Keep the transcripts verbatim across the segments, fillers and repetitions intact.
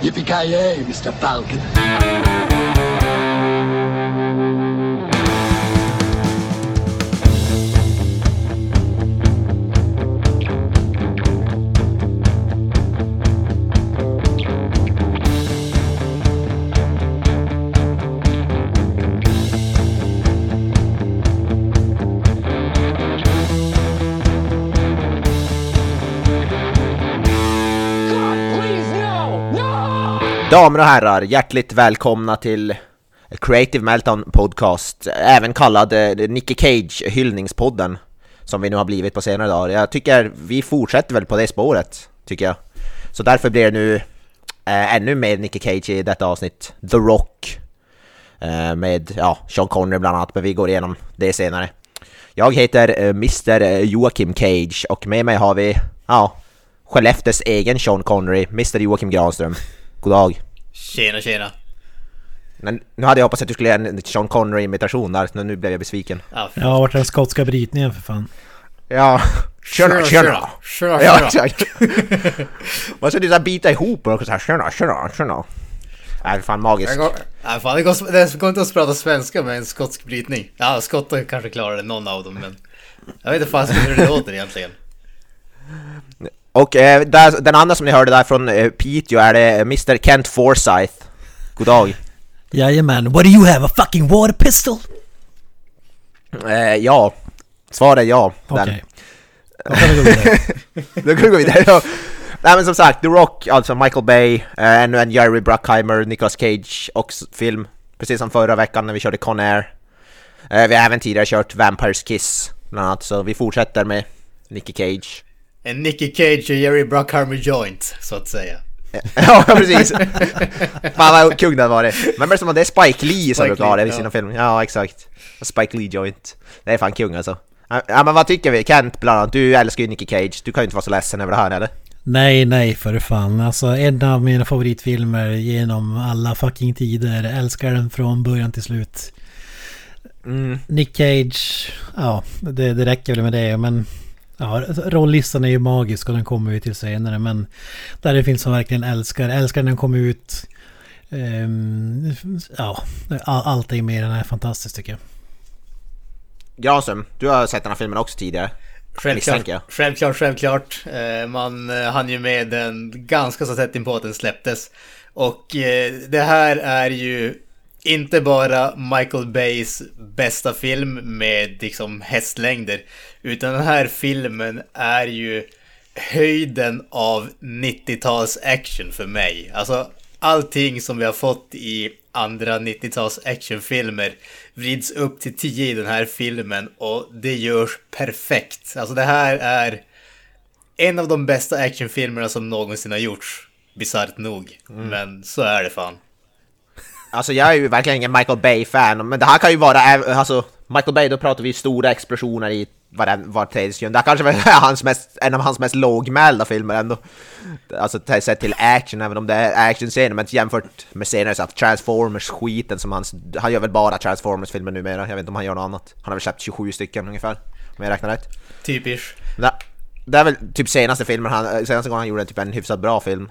Yippee-ki-yay, mister Falcon. Damer och herrar, hjärtligt välkomna till Creative Meltdown Podcast, även kallad Nicky Cage hyllningspodden, som vi nu har blivit på senare dagar. Jag tycker vi fortsätter väl på det spåret, tycker jag. Så därför blir det nu äh, ännu mer Nicky Cage i detta avsnitt. The Rock äh, med ja, Sean Connery bland annat, men vi går igenom det senare. Jag heter äh, mister Joakim Cage och med mig har vi ja, Skellefteås egen Sean Connery, mister Joakim Granström. God dag. Tjena, tjena. Men nu hade jag hoppats att du skulle göra en Sean Connery-imitation där, men nu blev jag besviken. Ja, jag har varit den skotska brytningen för fan. Ja, tjena, tjena. Tjena, Ja, tjena. exakt. Man ska ju så här bita ihop och så här, tjena, tjena, tjena. Det är fan magiskt. Går, nej, fan, det går, det går inte att prata svenska med en skotsk brytning. Ja, skottar kanske klarar det, någon av dem, men jag vet inte fan hur det låter egentligen. Och eh, där, den andra som ni hörde där från eh, Piteå är det mister Kent Forsyth. God dag. Jajamän, what do you have? A fucking water pistol? Eh, ja, svaret är ja. Okej. Då kan vi gå vidare. Då kan vi gå vidare. Ja. Nej, men som sagt, The Rock, alltså Michael Bay, eh, ännu en Jerry Bruckheimer, Nicolas Cage och film. Precis som förra veckan när vi körde Con Air. Eh, vi har även tidigare kört Vampire's Kiss bland annat, så vi fortsätter med Nicky Cage. En Nicky Cage och Jerry Bruckheimer joint, så att säga. Ja, precis. Fan vad kung det var det. Men det är som att det är Spike Lee som brukar ha det i sina filmer. Ja, exakt. Spike Lee joint. Det är fan kung alltså. Ja, men vad tycker vi? Kent bland annat, du älskar ju Nicky Cage. Du kan ju inte vara så ledsen över det här, eller? Nej, nej för fan. Alltså en av mina favoritfilmer genom alla fucking tider. Älskar den från början till slut. Mm. Nick Cage, ja, det, det räcker väl med det, men ja, rolllistan är ju magisk och den kommer vi till senare, men där det finns som verkligen älskar älskar den kommer ut um, ja, all, allting med den är fantastiskt tycker jag. Granström, du har sett den här filmen också tidigare. Självklart, självklart, självklart. Eh, man eh, hann ju med den ganska så tätt in på att den släpptes. Och eh, det här är ju inte bara Michael Bays bästa film med liksom hästlängder, utan den här filmen är ju höjden av nittio-tals action för mig. Alltså allting som vi har fått i andra nittio-tals actionfilmer vrids upp till tio i den här filmen, och det görs perfekt. Alltså det här är en av de bästa actionfilmerna som någonsin har gjorts, bisarrt nog. Mm. Men så är det fan. Alltså jag är ju verkligen ingen Michael Bay-fan, men det här kan ju vara, alltså Michael Bay, då pratar vi stora explosioner i var, var tredje sekund. Det här kanske är hans mest, en av hans mest lågmälda filmer ändå. Alltså sett till action, även om det är actionscener, men jämfört med senare så att Transformers-skiten som hans, han gör väl bara Transformers-filmer numera. Jag vet inte om han gör något annat. Han har väl släppt tjugosju stycken ungefär, om jag räknar rätt. Typisch. Det, det är väl typ senaste filmen han, senaste gången han gjorde typ en hyfsat bra film.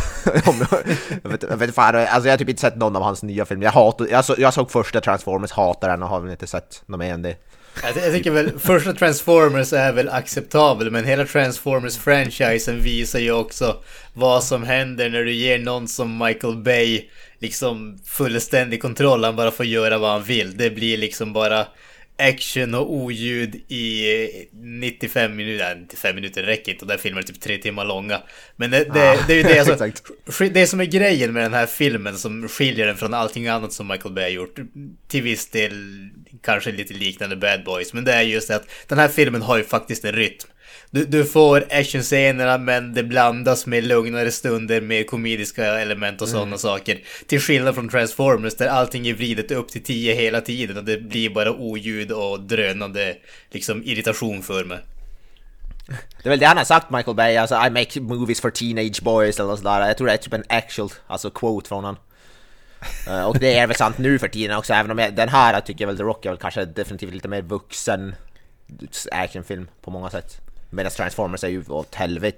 jag, vet, jag vet fan, alltså jag har typ inte sett någon av hans nya filmer. Jag hatar, jag, så, jag såg första Transformers, hatar den och har väl inte sett något mer än det. Jag, jag tycker väl första Transformers är väl acceptabel, men hela Transformers-franchisen visar ju också vad som händer när du ger någon som Michael Bay liksom fullständig kontroll. Han bara får göra vad han vill. Det blir liksom bara action och oljud i nittiofem minuter. Nej, nittiofem minuter räcker inte, och där filmen är typ tre timmar långa. Men det, det, ah, det är ju det, alltså, det som är grejen med den här filmen som skiljer den från allting annat som Michael Bay har gjort. Till viss del kanske lite liknande Bad Boys, men det är just att den här filmen har ju faktiskt en rytm. Du, du får actionscenerna, men det blandas med lugnare stunder med komediska element och sådana mm. saker. Till skillnad från Transformers där allting är vridet upp till tio hela tiden och det blir bara oljud och drönande liksom irritation för mig. Det är väl det han har sagt, Michael Bay, alltså I make movies for teenage boys eller sådär. Jag tror det är typ en actual, alltså quote från han. Uh, och det är väl sant nu för tiden också, även om jag, den här jag tycker väl The Rock är väl kanske definitivt lite mer vuxen actionfilm på många sätt. Medan Transformers är ju åt helvete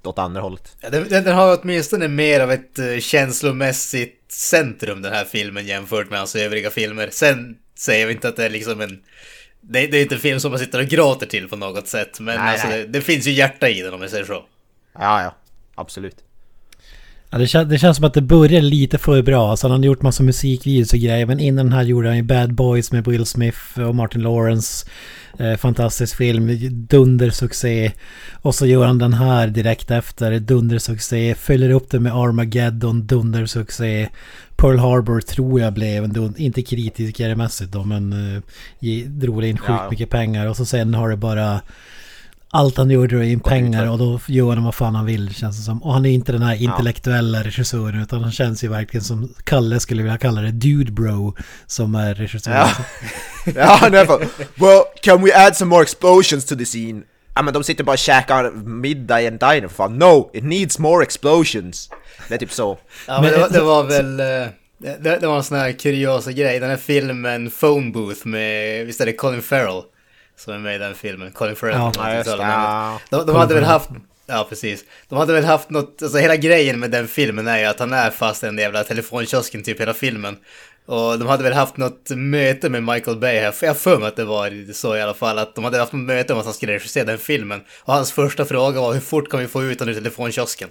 åt andra hållet. Ja, den, den har åtminstone mer av ett uh, känslomässigt centrum, den här filmen, jämfört med hans övriga filmer. Sen säger vi inte att det är liksom en... Det, det är inte en film som man sitter och gråter till på något sätt. Men nej, alltså, nej. Det, det finns ju hjärta i den, om jag säger så. Ja, ja. Absolut. Ja, det, kän, det känns som att det börjar lite för bra. Alltså, han har gjort massa musikvideos och grejer. Men innan den här gjorde han ju Bad Boys med Will Smith och Martin Lawrence. Eh, fantastisk film. Dundersuccé. Och så gör han den här direkt efter. Dundersuccé. Följer upp det med Armageddon. Dundersuccé. Pearl Harbor tror jag blev en dun- inte kritikermässigt då, men eh, drog in sjukt ja. mycket pengar. Och så sen har det bara... Allt han gör drar in pengar och då gör han vad fan han vill, känns det som. Och han är inte den här intellektuella ja. regissören, utan han känns ju verkligen som Kalle skulle vilja kalla det, Dude Bro, som är regissören. Ja, ja never. Well, can we add some more explosions to the scene? Ja, men de sitter bara och käkar middag i en diner, för fan. No, it needs more explosions. Det är typ så. Ja, men det var, det var väl... Det, det var en sån här kuriosa grej. Den här filmen Phone Booth med, visst är det Colin Farrell som är med i den filmen. Colin Farrell. Ja, ja, just, ja. De, de hade väl haft... Ja, precis. De hade väl haft något... Alltså hela grejen med den filmen är ju att han är fast i den jävla telefonkiosken typ hela filmen. Och de hade väl haft något möte med Michael Bay här. För jag för mig att det var så i alla fall. Att de hade haft något möte om att han skulle regissera den filmen. Och hans första fråga var: hur fort kan vi få ut honom ur telefonkiosken?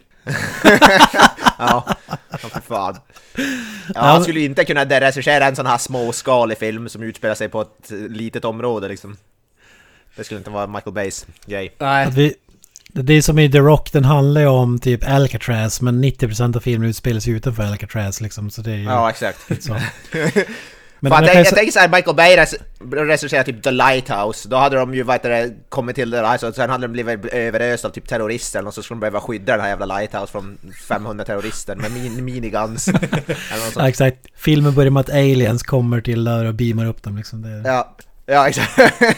Ja, för fan. Ja, han skulle inte kunna regissera en sån här småskalig film som utspelar sig på ett litet område liksom. Det skulle inte vara Michael Bays grej. Nej. Vi, det är som i The Rock, den handlar ju om typ Alcatraz, men nittio procent av filmen utspelas ju utanför Alcatraz liksom, så det är ju... Ja, exakt. Så. Men Fan, jag, jag tänker såhär, Michael Bay recenserar typ The Lighthouse. Då hade de ju vet du, kommit till det, alltså, sen hade de blivit överöst av typ terrorister, och så skulle de behöva skydda den här jävla Lighthouse från femhundra terrorister med min, miniguns. Ja, exakt. Filmen börjar med att aliens kommer till där och beamar upp dem liksom. Det... Ja, ja, exakt.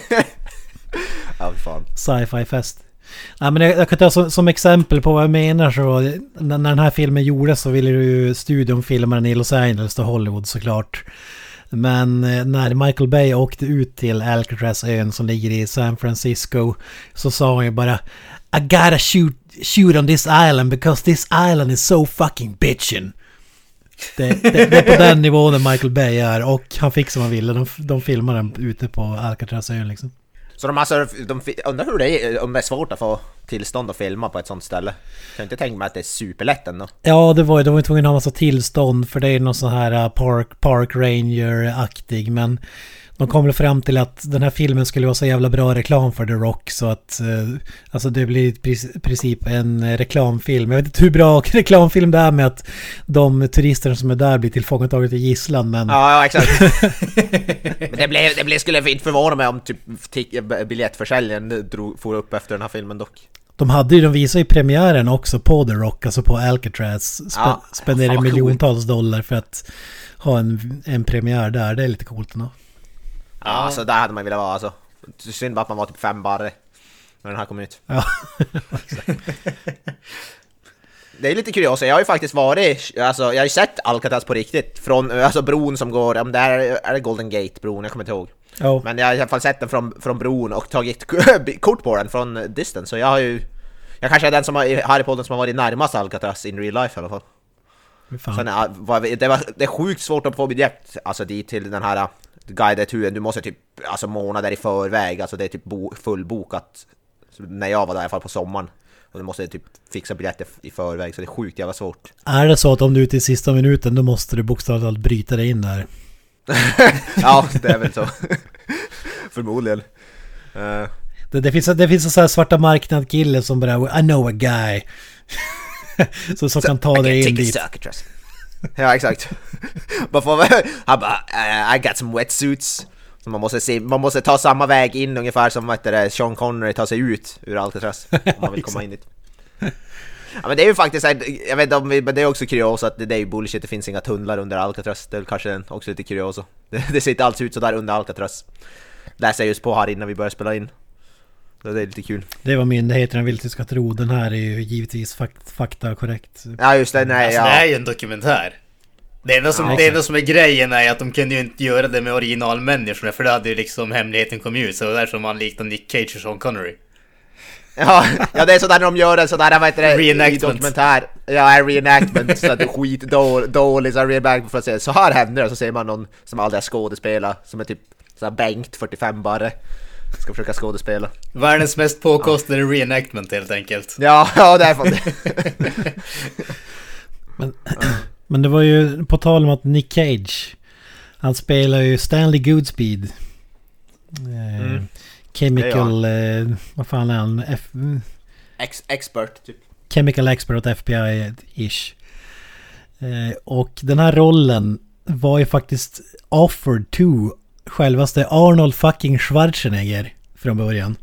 Ja, fan. Sci-fi fest. Ja, men jag, jag kan ta som, som exempel på vad jag menar, så när, när den här filmen gjordes så ville ju studion filma den i Los Angeles och Hollywood såklart. Men när Michael Bay åkte ut till Alcatraz-ön som ligger i San Francisco, så sa han ju bara: I gotta shoot, shoot on this island because this island is so fucking bitchin'. Det, det, det är på den nivån där Michael Bay är, och han fick som han ville. De, de filmade den ute på Alcatraz-ön liksom. Så de, alltså, de undrar hur det är, om det är svårt att få tillstånd att filma på ett sånt ställe. Jag kan inte tänka mig att det är superlätt ändå. Ja, det var ju, de var tvungna att ha massa tillstånd, för det är någon sån här park, park ranger-aktig, men de kom väl fram till att den här filmen skulle vara så jävla bra reklam för The Rock, så att eh, alltså det blir i princip en reklamfilm. Jag vet inte hur bra reklamfilm det är med att de turister som är där blir tillfångataget i gisslan, men... Ja, ja, exakt. Men det, blev, det blev, skulle inte förvåna mig om typ t- biljettförsäljningen drog, for upp efter den här filmen dock. De hade ju, de visade ju premiären också på The Rock, alltså på Alcatraz. Sp- ja, spenderade miljontals cool. dollar för att ha en, en premiär där. Det är lite coolt ändå. Ja, så alltså, där hade man velat vara alltså. Synd bara att man var typ fem barre när den här kom ut. Ja. Det är lite kuriöst. Jag har ju faktiskt varit, alltså jag har ju sett Alcatraz på riktigt från alltså bron som går, om där är det Golden Gate bron, jag kommer inte ihåg. Oh. Men jag har i alla fall sett den från, från bron och tagit kort på den från distance. Så jag har ju, jag kanske är den som har, Harry Potter som har varit närmast Alcatraz in real life i alla fall. Sen, det, var, det är sjukt svårt att få biljett alltså dit till den här guided turen. Du måste typ alltså månader i förväg, alltså det är typ bo, fullbokat när jag var där i alla fall på sommaren. Och du måste typ fixa biljetter i förväg, så det är sjukt jävla svårt. Är det så att om du är till sista minuten, då måste du bokstavligt bryta dig in där? Ja, det är väl så. Förmodligen. Uh. Det, det finns, det finns en sån här svarta marknadkille som bara, I know a guy. så, som kan ta dig in dit. Ja, exakt. Han bara, uh, I got some wetsuits. Så man måste se, man måste ta samma väg in ungefär som vet det, Sean Connery tar sig ut ur Alcatraz om man vill komma in dit. Ja, men det är ju faktiskt, jag vet om, men det är också kurios att det är ju bullshit, det finns inga tunnlar under Alcatraz. Det är kanske också lite kurios. Det, det ser inte alls ut så där under Alcatraz. Läser jag just på här innan vi börjar spela in. Så det är lite kul. Det var myndigheterna vill att vi ska tro. Den här är ju givetvis fakt, fakta korrekt. Ja, just det. Nej, alltså, ja. Det är ju en dokumentär. Det enda, som, ja, det enda som är grejen är att de kunde ju inte göra det med originalmänniskorna, för då hade ju liksom hemligheten kommit ut. Så det är där som man liknar Nick Cage och Sean Connery. Ja, ja, det är sådär när de gör en sådär, vad heter det? Reenactment. Dokumentär. Ja, en reenactment. Så att det är skit dåligt, dåligt, så reenactment för att säga. Så här händer det, så ser man någon som aldrig har skådespelat, som är typ såhär Bengt, fyrtiofem bara. Ska försöka skådespela. Världens mest påkostade ja. reenactment helt enkelt. Ja, ja det är fan det. men, men det var ju på tal om att Nick Cage, han spelar ju Stanley Goodspeed. Eh, mm. Chemical, eh, vad fan är han? F- Ex- expert typ. Chemical expert åt F B I-ish. Eh, och den här rollen var ju faktiskt offered to självaste Arnold fucking Schwarzenegger från början.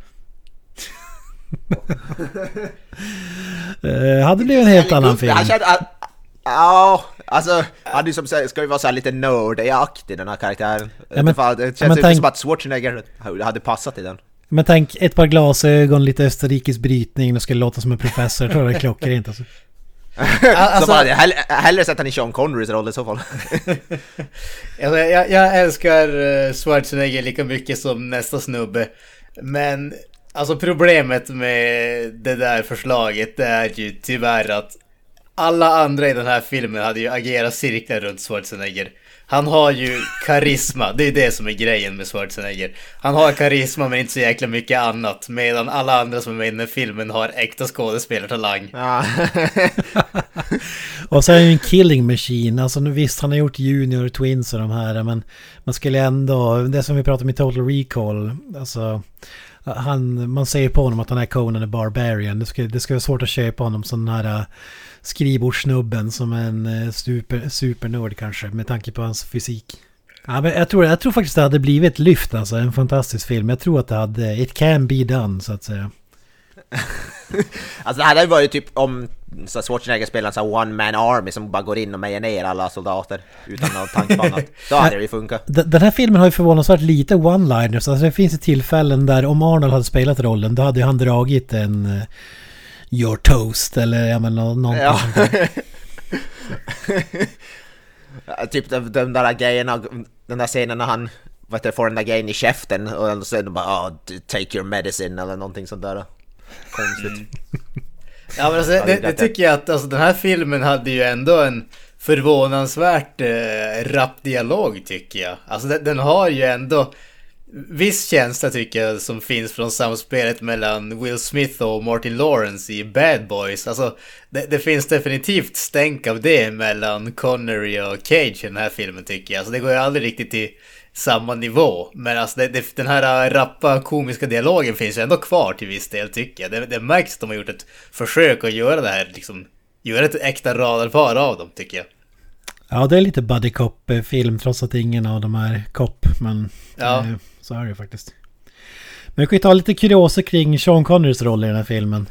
uh, hade blivit en helt annan film. Ja, alltså han är som ska ju vara så här lite nördejaktig, den här karaktären. Ja, men, det känns ja, ju tänk, som att Schwarzenegger hade passat i den. Men tänk ett par glasögon, lite österrikisk brytning och skulle låta som en professor. Jag tror det klockar inte alltså. Alltså, så bara, jag hellre, hellre sett han i Sean Connerys roll i så fall. alltså, jag, jag älskar Schwarzenegger lika mycket som nästa snubbe. Men alltså problemet med det där förslaget är ju tyvärr att alla andra i den här filmen hade ju agerat cirklar runt Schwarzenegger. Han har ju karisma, det är det som är grejen med Schwarzenegger. Han har karisma men inte så jäkla mycket annat. Medan alla andra som är med i den här filmen har äkta skådespelartalang. Ja. Och så är han ju en killing machine. Alltså nu visst, han har gjort Junior, Twins och de här. Men man skulle ändå, det som vi pratade om i Total Recall. Alltså, han, man säger på honom att han är Conan the Barbarian. Det ska, det ska vara svårt att köpa honom som den här skrivbordssnubben som en super, supernörd kanske, med tanke på hans fysik. Ja, men jag, tror, jag tror faktiskt det hade blivit lyft, alltså en fantastisk film. Jag tror att det hade, it can be done så att säga. Alltså det hade varit typ om så Schwarzenegger spelar en sån one man army som bara går in och mejar ner alla soldater utan någon tanke på annat. Då hade det ju funkat. Den här filmen har ju förvånansvärt lite one-liners. Alltså det finns ett tillfällen där om Arnold hade spelat rollen, då hade ju han dragit en your toast eller ja men någonting ja. sånt där. Typ de, de där grejerna, den där scenen när han vet du, får den där grejen i käften och så är det bara oh, take your medicine eller någonting sånt där. Konstigt. Mm. Ja men alltså, det, det tycker jag att alltså, den här filmen hade ju ändå en förvånansvärt eh, rapp dialog tycker jag. Alltså den, den har ju ändå viss känsla tycker jag som finns från samspelet mellan Will Smith och Martin Lawrence i Bad Boys. Alltså det, det finns definitivt stänk av det mellan Connery och Cage i den här filmen tycker jag. Alltså det går ju aldrig riktigt till samma nivå. Men alltså det, det, den här rappa komiska dialogen finns ju ändå kvar till viss del tycker jag. Det, det märks att de har gjort ett försök att göra det här liksom, göra ett äkta radarpar av dem tycker jag. Ja, det är lite buddy cop-film trots att ingen av dem är cop, men ja. eh, så är det faktiskt. Men vi kan ju ta lite kurioser kring Sean Connerys roll i den här filmen.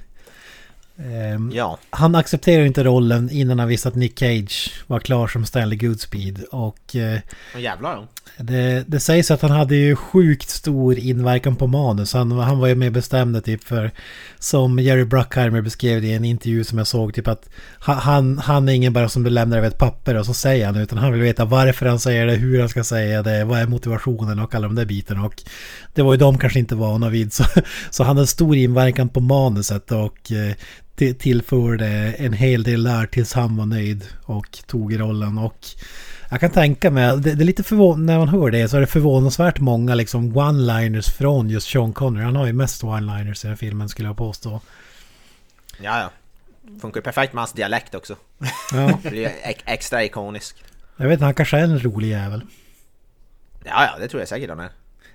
Eh, ja. Han accepterar inte rollen innan han visste att Nick Cage var klar som Stanley Goodspeed. Och eh, oh, jävlar. Det, det sägs att han hade ju sjukt stor inverkan på manus. Han, han var ju med bestämd typ för, som Jerry Bruckheimer beskrev det i en intervju som jag såg, typ att han, han är ingen bara som du lämnar över ett papper och så säger han, utan han vill veta varför han säger det, hur han ska säga det, vad är motivationen och alla de där bitarna, och det var ju de kanske inte vana vid, så, så han hade stor inverkan på manuset och eh, tillförde en hel del där tills han var nöjd och tog rollen. Och jag kan tänka mig, det, det är lite förvånande när man hör det, så är det förvånansvärt många liksom one-liners från just Sean Connery. Han har ju mest one-liners i den filmen skulle jag påstå. Ja, ja. Funkar perfekt med hans dialekt också. Ja. Det blir extra ikonisk. Jag vet inte, han kanske är en rolig jävel. Ja, ja, det tror jag säkert han är.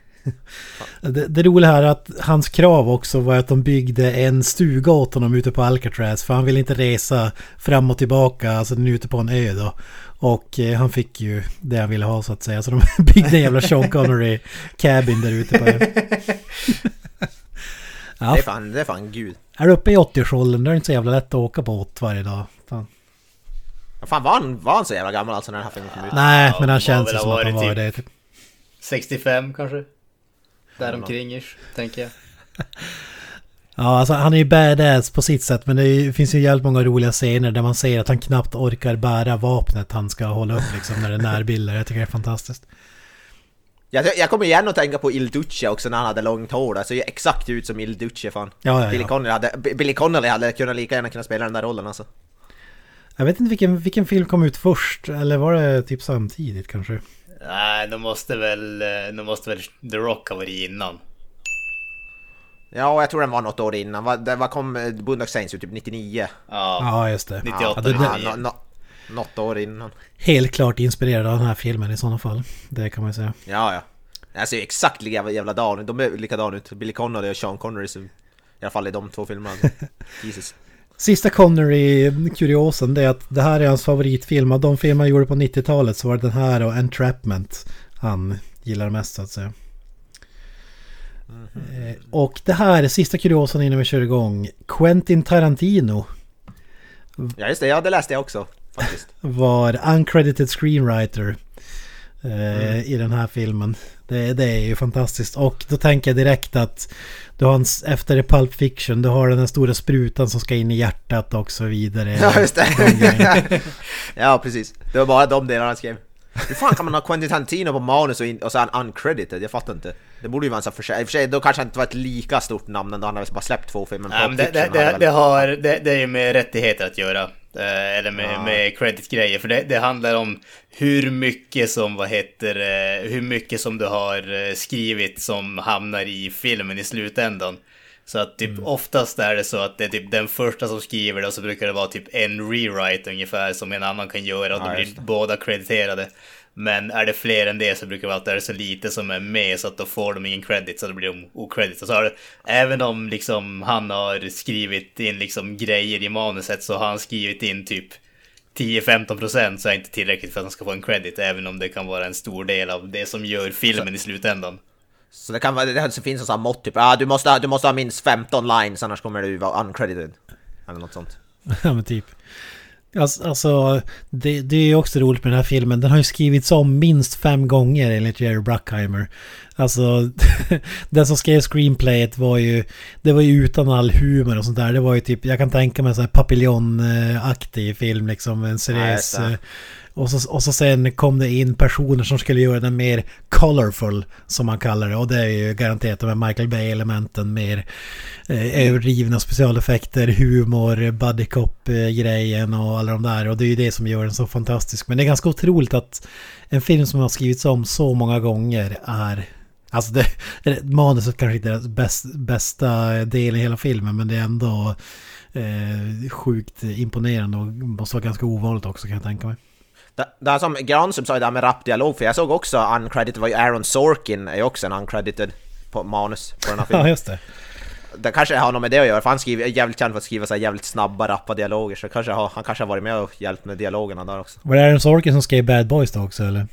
Det, det roliga här är att hans krav också var att de byggde en stuga åt honom ute på Alcatraz, för han ville inte resa fram och tillbaka, alltså den är ute på en ö då. Och eh, han fick ju det han ville ha så att säga, så de byggde en jävla Sean Connery cabin där ute på ön. Ja. Det är fan, det är fan gud. Är du uppe i åttioårsåldern, då är det inte så jävla lätt att åka på åt varje dag. Fan. Fan, var han, var han så jävla gammal alltså när den här filmen kom ut? Nej, ja, men han känns väl som att han var typ det typ. sextiofem kanske. Däromkringers, tänker jag. Ja, alltså han är ju badass på sitt sätt, men det är, finns ju jävligt många roliga scener där man ser att han knappt orkar bära vapnet han ska hålla upp liksom när det är närbilder. Jag tycker det är fantastiskt. Jag, jag kommer igen att tänka på Il Duce också när han hade långt hår. Det ser ju exakt ut som Il Duce fan. Ja, ja, Billy, ja. Connolly hade, Billy Connolly hade kunnat lika gärna kunnat spela den där rollen alltså. Jag vet inte vilken, vilken film kom ut först. Eller var det typ samtidigt kanske? Nej, de måste väl, de måste väl The Rock ha varit innan. Ja, jag tror den var något år innan. Vad- Det var kom Boondock Saints ut typ nittionio. Ja, Ja, just det. nittioåtta, Ja, det- det- nittionio. Ja, no, no, något år innan. Helt klart inspirerad av den här filmen i sådana fall. Det kan man säga. Ja, ja. Jag ser ju exakt lika jävla dan. De är likadana ut. Billy Connolly och Sean Connery. Så, i alla fall i de två filmerna. Jesus. Sista Connery-kuriosen det är att det här är hans favoritfilm. Av de filmer han gjorde på nittiotalet så var det den här och Entrapment han gillar mest så att säga. Mm-hmm. Eh, Och det här är sista kuriosen innan vi kör igång. Quentin Tarantino Ja, just det. Ja, det läste jag också. Faktiskt. var uncredited screenwriter eh, Mm. i den här filmen. Det, det är ju fantastiskt. Och då tänker jag direkt att du har en, efter Pulp Fiction, du har den här stora sprutan som ska in i hjärtat och så vidare. Ja, just det. Ja, precis. Det var bara de delarna han skrev. Hur fan kan man ha Quentin Tarantino på manus och, in, och så är han uncredited? Jag fattar inte. Det borde ju vara en sån för sig. I och för sig, då kanske han inte var ett lika stort namn ändå. Han har bara släppt två filmer. Ja, men det, det, det, det, har, det, det är ju med rättigheter att göra. Eh, eller med, Ja. med credit-grejer. För det, det handlar om hur mycket som, vad heter eh, hur mycket som du har eh, skrivit som hamnar i filmen i slutändan. Så att typ oftast är det så att det är typ den första som skriver det och så brukar det vara typ en rewrite ungefär som en annan kan göra och då Ja, blir just det. båda krediterade. Men är det fler än det så brukar det vara att det är så lite som är med så att då får de ingen credit så då blir de okredit. Och så har det, även om liksom han har skrivit in liksom grejer i manuset så har han skrivit in typ tio till femton procent så är det inte tillräckligt för att han ska få en credit även om det kan vara en stor del av det som gör filmen i slutändan. Så det kan vara, det finns en sån här mått typ, ah, du, måste, du måste ha minst femton lines annars kommer du vara uncredited. Eller något sånt. Ja men typ. Alltså, alltså det, det är ju också roligt med den här filmen. Den har ju skrivits om minst fem gånger enligt Jerry Bruckheimer. Alltså den som skrev screenplayet var ju det var ju utan all humor och sånt där. Det var ju typ, jag kan tänka mig en sån här papillon-aktig film liksom, en seriös. Ja, och, så, och så sen kom det in personer som skulle göra den mer colorful som man kallar det. Och det är ju garanterat de här Michael Bay-elementen, mer eh, överdrivna specialeffekter, humor, buddy cop-grejen och alla de där. Och det är ju det som gör den så fantastisk. Men det är ganska otroligt att en film som har skrivits om så många gånger är... Alltså det, manuset kanske inte är den bäst, bästa delen i hela filmen, men det är ändå eh, sjukt imponerande och måste vara ganska ovanligt också kan jag tänka mig. Det, det är som Granström sa där med rapdialog, för jag såg också uncredited var ju Aaron Sorkin är ju också en uncredited på manus på den här filmen. Ja, just det. Det kanske har något med det att göra, för han skriver, är jävligt känd för att skriva så här jävligt snabba, rappa dialoger, så kanske har, han kanske har varit med och hjälpt med dialogerna där också. Var det Aaron Sorkin som skrev Bad Boys då också, eller?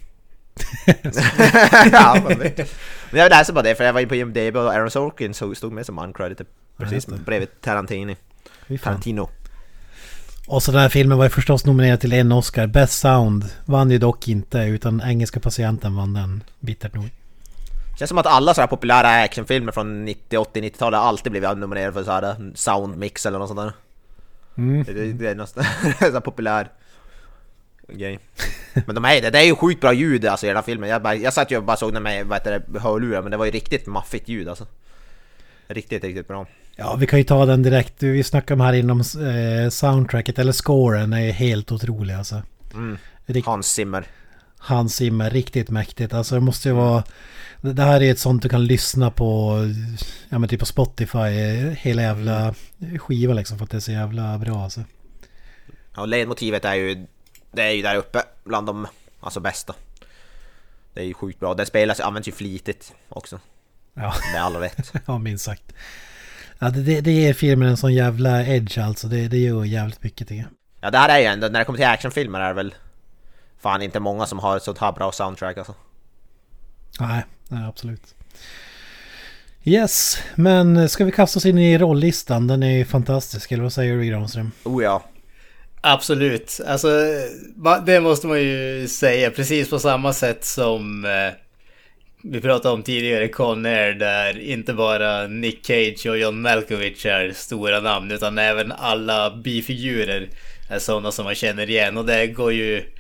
Ja, man vet. Men jag läste bara det, för jag var ju på I M D B och Aaron Sorkin stod med som uncredited. Precis, Ja, just det. bredvid Tarantino. Fy fan. Tarantino. Och så den här filmen var ju förstås nominerad till en Oscar. Best Sound vann ju dock inte, utan Engelska patienten vann den, bittert nog. Känns som att alla så här populära actionfilmer från nittio, åttio, nittiotalet har alltid blivit nominerade för så här soundmix eller något sånt där. Mm. Det, det är nästan så här populär grej. Men de är det, det är ju sjukt bra ljud alltså i den här filmen. Jag, bara, jag satt ju och bara såg den med vad heter det, hörlurar, men det var ju riktigt maffigt ljud alltså. Riktigt, riktigt bra. Ja, vi kan ju ta den direkt. Vi snackar om här inom eh, soundtracket, eller scoren är ju helt otrolig alltså. Mm. Rikt- Hans Zimmer. Hans Zimmer, riktigt mäktigt. Alltså det måste ju vara... Det det här är ett sånt du kan lyssna på, ja men typ på Spotify, hela jävla skiva liksom, för att det är så jävla bra alltså. Ja, ledmotivet är ju, det är ju där uppe bland de alltså bästa. Det är ju sjukt bra. Det spelas, används ju flitigt också. Ja, Med all rätt. ja minst sagt. Ja, det, det, det ger filmen en sån jävla edge alltså. Det, det gör jävligt mycket tycker jag. Ja, det här är ju ändå, när det kommer till actionfilmer är det väl fan inte många som har ett sånt här bra soundtrack alltså. Nej, nej, absolut. Yes, men ska vi kasta oss in i rolllistan? Den är ju fantastisk, eller vad säger du, Granström? Oh ja. Absolut, alltså ma- det måste man ju säga, precis på samma sätt som eh, vi pratade om tidigare, Con Air, där inte bara Nick Cage och John Malkovich är stora namn utan även alla bifigurer är sådana som man känner igen, och det går ju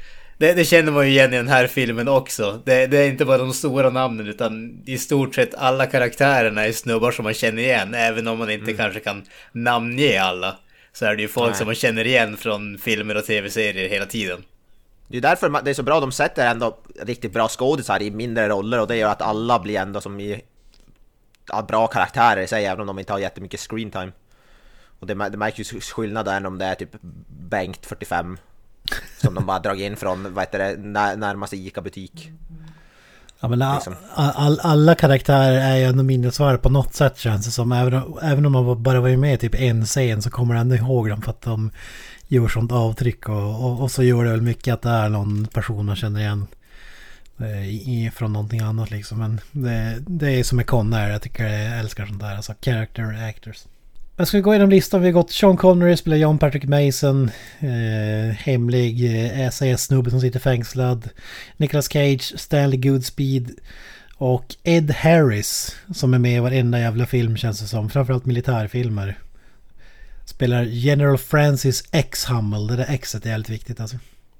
Det, det känner man ju igen i den här filmen också. Det, det är inte bara de stora namnen, utan i stort sett alla karaktärerna är snubbar som man känner igen. Även om man inte mm. kanske kan namnge alla, så är det ju folk Nej. som man känner igen från filmer och tv-serier hela tiden. Det är därför det är så bra, de sätter ändå riktigt bra skådisar i mindre roller, och det gör att alla blir ändå som i bra karaktärer i sig, även om de inte har jättemycket screen time. Och det, det märks ju skillnad än om det är typ Bengt fyrtiofem som de bara dragit in från, vad heter det, när, närmaste Ica-butik. Ja, men liksom. all, alla karaktärer är ju ändå minnesvärda på något sätt, känns det som. Även, även om man bara var med typ en scen, så kommer man ändå ihåg dem för att de gör sånt avtryck, och, och, och så gör det väl mycket att det är någon person man känner igen eh, i, från någonting annat liksom. Men det, det är som med Conner, jag tycker jag älskar sånt där, alltså character actors. Jag ska gå igenom listan. Vi har gått Sean Connery spelar John Patrick Mason, eh, hemlig eh, S A S-snubbe som sitter fängslad. Nicolas Cage, Stanley Goodspeed och Ed Harris som är med i varenda jävla film, känns det som. Framförallt militärfilmer. Spelar General Francis X. Hummel. Det där Xet är jävligt viktigt alltså.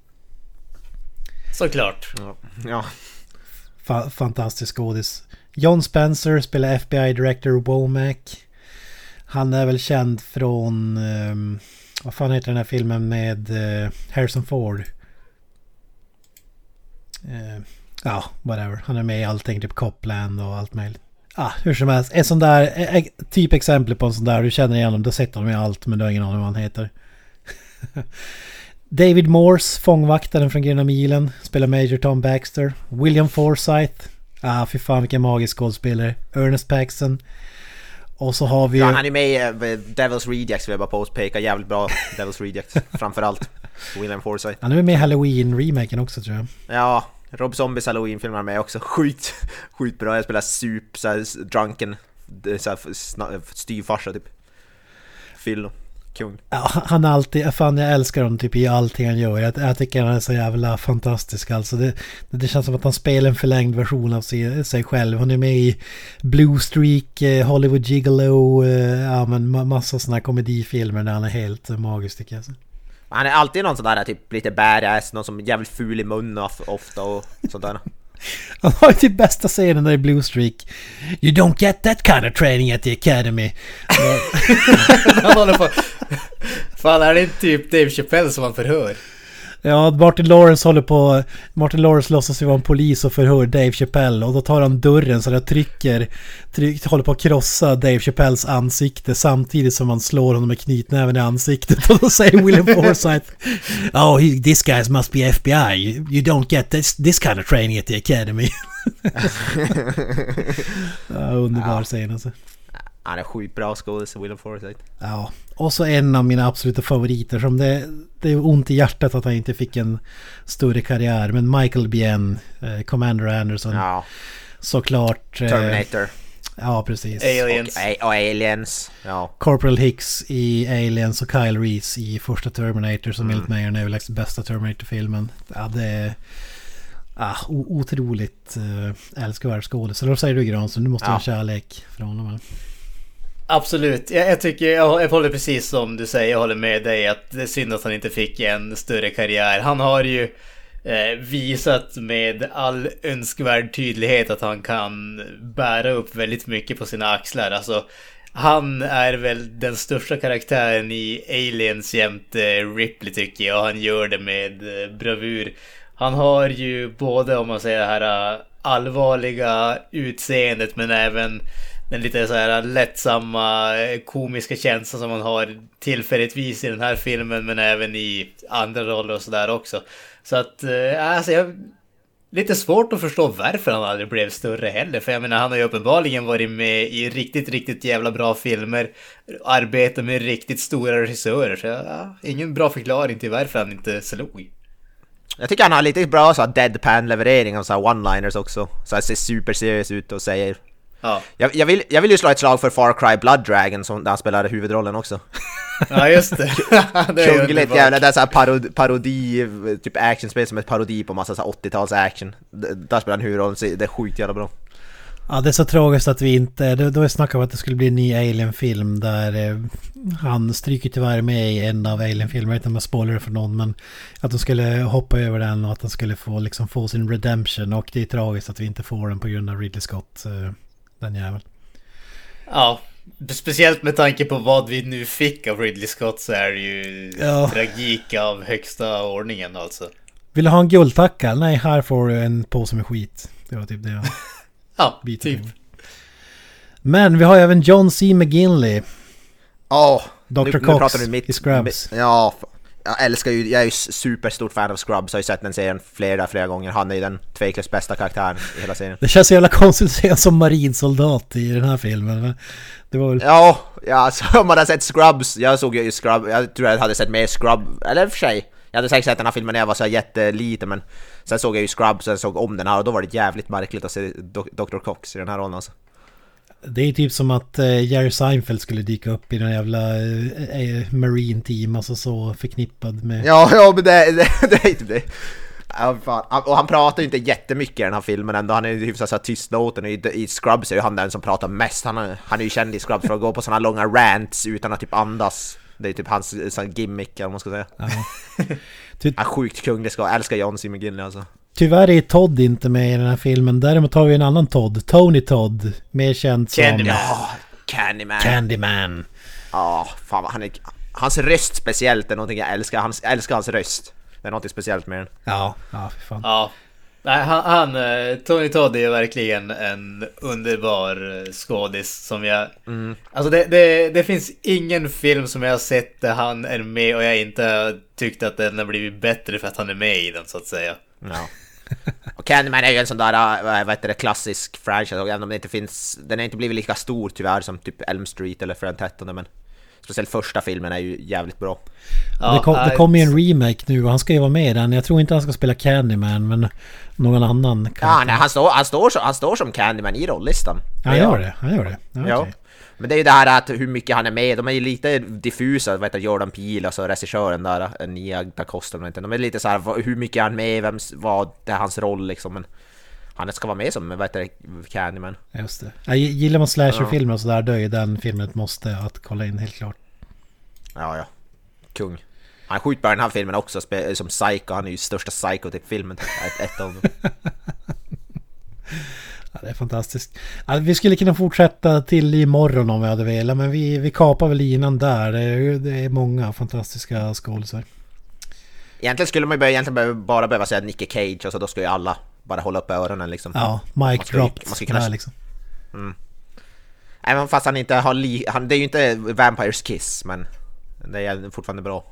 Såklart. Ja. ja. Fa- fantastisk skådis. John Spencer spelar F B I Director Womack. Han är väl känd från um, vad fan heter den här filmen med uh, Harrison Ford? Uh, ja, whatever. Han är med i allting, typ Copland och allt möjligt. Ah, hur som helst. En sån där, eh, typ exempel på en sån där, du känner igen dem, du har sett dem i allt, men du har ingen aning vad han heter. David Morse, fångvaktaren från Gröna milen, spelar Major Tom Baxter. William Forsythe, ah fy fan vilken magisk skådespelare. Ernest Paxton. Och så har vi... Ja, han är med i uh, Devil's Rejects, vill jag bara påpeka. Jävligt bra Devil's Rejects, framförallt William Forsythe. Han är med i Halloween-remaken också, tror jag. Ja, Rob Zombies Halloween-filmer är med också. Skit, skit bra. Jag spelar sup, såhär drunken, såhär styvfarsa typ. Phil, kung. Ja, han är alltid, fan jag älskar honom typ i allting han gör. Jag, jag tycker han är så jävla fantastisk alltså. Det, det känns som att han spelar en förlängd version av sig, sig själv. Han är med i Blue Streak, eh, Hollywood Gigolo, eh, ja men massa såna här komedifilmer där han är helt eh, magisk tycker jag. Han är alltid någon sån där typ lite badass, någon som är jävligt ful i munnen ofta och sånt där. Han har ju typ bästa scenen där i Blue Streak. You don't get that kind of training at the academy. Han håller på. Fan, är det inte typ Dave Chappelle som han förhör? Ja, Martin Lawrence håller på. Martin Lawrence låtsas ju vara en polis och förhör Dave Chappelle. Och då tar han dörren så jag trycker, tryck, håller på att krossa Dave Chappelles ansikte samtidigt som man slår honom med knytnäven i ansiktet. Och då säger William Forsythe, oh, he, this guy must be F B I. You don't get this, this kind of training at the academy. Ja, underbar ja. Scen alltså. Han är sjukt bra skådis, William Forsythe. Ja, och så en av mina absoluta favoriter som det, det är ont i hjärtat att han inte fick en större karriär. Men Michael Biehn, eh, Commander Anderson. Ja. Såklart. Eh, Terminator. Ja, precis. Aliens. Och, och Aliens. Ja. Corporal Hicks i Aliens och Kyle Reese i första Terminator som mm. enligt mig är den överlägset bästa Terminator-filmen. Ja, det är ah, otroligt eh, älskvärd skådespelare. Så då säger du Granström, du måste ja. ha kärlek från honom. Absolut, jag, jag tycker jag, jag håller precis som du säger, jag håller med dig att det är synd att han inte fick en större karriär. Han har ju eh, visat med all önskvärd tydlighet att han kan bära upp väldigt mycket på sina axlar. Alltså, han är väl den största karaktären i Aliens jämte Ripley tycker jag, och han gör det med eh, bravur. Han har ju både, om man säger det här allvarliga utseendet, men även den lite så här lättsamma komiska känslan som man har tillfälligtvis i den här filmen, men även i andra roller och sådär också. Så att alltså jag lite svårt att förstå varför han aldrig blev större heller, för jag menar han har ju uppenbarligen varit med i riktigt riktigt jävla bra filmer, arbetat med riktigt stora regissörer, så ja, ingen bra förklaring till varför han inte slog. Jag tycker han har lite bra så här deadpan-leverering och så här one-liners också. Så han ser super seriös ut och säger... Ja. Jag, jag, vill, jag vill ju slå ett slag för Far Cry Blood Dragon som där han spelar huvudrollen också. Ja, just det. Det är Kungligt jävla, det är så här parodi, parodi, typ actionspel som ett parodi på massa så här åttio-tals action. Där spelar han huvudrollen, så det är sjukt jävla bra. Ja, det är så tragiskt att vi inte... Då, då är snack om att det skulle bli en ny Alien-film där eh, han stryker tyvärr med i en av Alien-filmer. Jag vet inte om jag spoiler för någon, men att de skulle hoppa över den och att han skulle få, liksom, få sin redemption. Och det är tragiskt att vi inte får den på grund av Ridley Scott, eh, den jäveln. Ja, speciellt med tanke på vad vi nu fick av Ridley Scott så är det ju ja. tragik av högsta ordningen alltså. Vill du ha en guldtacka? Nej, här får du en påse med skit. Det var typ det jag... Ja, typ. Men vi har även John C. McGinley. Ja, oh, doktor nu, Cox nu pratar vi mitt, i Scrubs. Ja, jag älskar ju, jag är ju superstort fan av Scrubs. Jag har ju sett den serien flera, flera gånger. Han är ju den tveklöst bästa karaktären i hela serien. Det känns så jävla konstigt att se som marinsoldat i den här filmen. Men det var väl... Ja, ja alltså, om man hade sett Scrubs, jag såg ju Scrubs, jag tror jag hade sett mer Scrubs, eller för sig. Jag hade säkert sett den här filmen när jag var så jätteliten, men sen såg jag ju Scrubs och sen såg om den här och då var det jävligt märkligt att se doktor Cox i den här rollen alltså. Det är typ som att uh, Jerry Seinfeld skulle dyka upp i den jävla uh, Marine Team, alltså så förknippad med... Ja, ja men det, det, det är typ det. Ja, fan. Och han pratar ju inte jättemycket i den här filmen ändå, han är ju hyfsat så tystlåten. I, I Scrubs är ju han den som pratar mest. Han är, han är ju känd i Scrubs för att gå på såna långa rants utan att typ andas. Det är typ hans sån gimmick, eller vad man ska säga. Ja. Han är sjukt kung, det ska älska John C. McGinley alltså. Tyvärr är Todd inte med i den här filmen. Däremot har vi en annan Todd, Tony Todd, mer känd som Candyman. Ja, Candyman. Candyman. Ja, fan vad han är, hans röst speciellt är någonting jag älskar. Han älskar hans röst. Det är något speciellt med den. Ja, ja, fan. Ja. Nej, han, han Tony Todd är verkligen en underbar skådis som jag... Mm. Alltså det, det, det finns ingen film som jag har sett där han är med och jag inte har tyckt att den har blivit bättre för att han är med i den, så att säga. Ja. Och Candyman är ju en sån där, vad heter det, klassisk franchise, och även om det inte finns, den har inte blivit lika stor tyvärr som typ Elm Street eller Friday the thirteenth, men speciellt första filmen är ju jävligt bra. Ja, det, kom, det kommer ju en remake nu och han ska ju vara med i den. Jag tror inte han ska spela Candyman, men någon annan kan. Ja, nej, han står, han, står, han står som Candyman i rollistan. Ja, han gör det, han gör det. Ja, ja. Okay. Men det är ju det här att hur mycket han är med. De är ju lite diffusa, vet du, Jordan Peele, alltså regissören där, Nia da Costa, de är lite så här, hur mycket är han med, vem, vad det är hans roll liksom, men han ska vara med som, vet du, Candyman. Just det. Jag gillar man slasherfilmer och sådär, då är den filmen ett måste att kolla in, helt klart. Ja, ja. Kung. Han skjuter den här filmen också som Psycho, han är ju största Psycho typ filmen, ett, ett av dem. Ja, det är fantastiskt. Alltså, vi skulle kunna fortsätta till imorgon om vi hade velat, men vi, vi kapar väl innan där. Det är, det är många fantastiska skådespelare. Egentligen skulle man ju egentligen bara behöva säga Nick Cage, och så då skulle ju alla bara hålla upp öronen liksom. Ja, Mike dropped. Man ska kunna... liksom. Mm. Även fast han inte har li... han, det är ju inte Vampires Kiss, men det är fortfarande bra.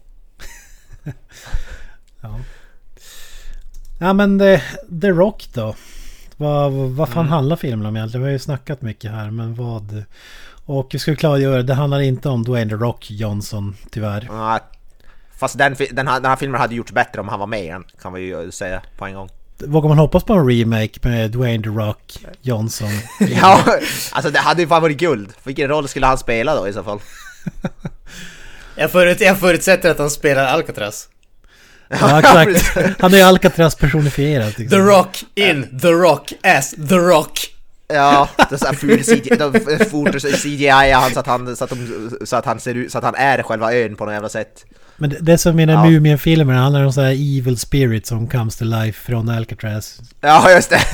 Ja. Ja, men The, The Rock då. Vad, vad fan mm. handlar filmen om egentligen? Vi har ju snackat mycket här, men vad... Och vi ska klargöra, det handlar inte om Dwayne The Rock Johnson, tyvärr. Ja, fast den, den, här, den här filmen hade gjorts bättre om han var med i den, kan vi ju säga på en gång. Vågar man hoppas på en remake med Dwayne The Rock Johnson? Ja, alltså det hade ju fan varit guld. Vilken roll skulle han spela då i så fall? jag, förut, jag förutsätter att han spelar Alcatraz. Ja, exakt. Han är ju Alcatraz personifierad. Liksom. The Rock in The Rock as The Rock. Ja, det är så här ful C G I, de fotar C G I han så att han så att, de, så att han ser ut så att han är själva ön på något jävla sätt. Men det, det är som i den ja. Mumien-filmen, det handlar om så här evil spirit som comes to life från Alcatraz. Ja, just det.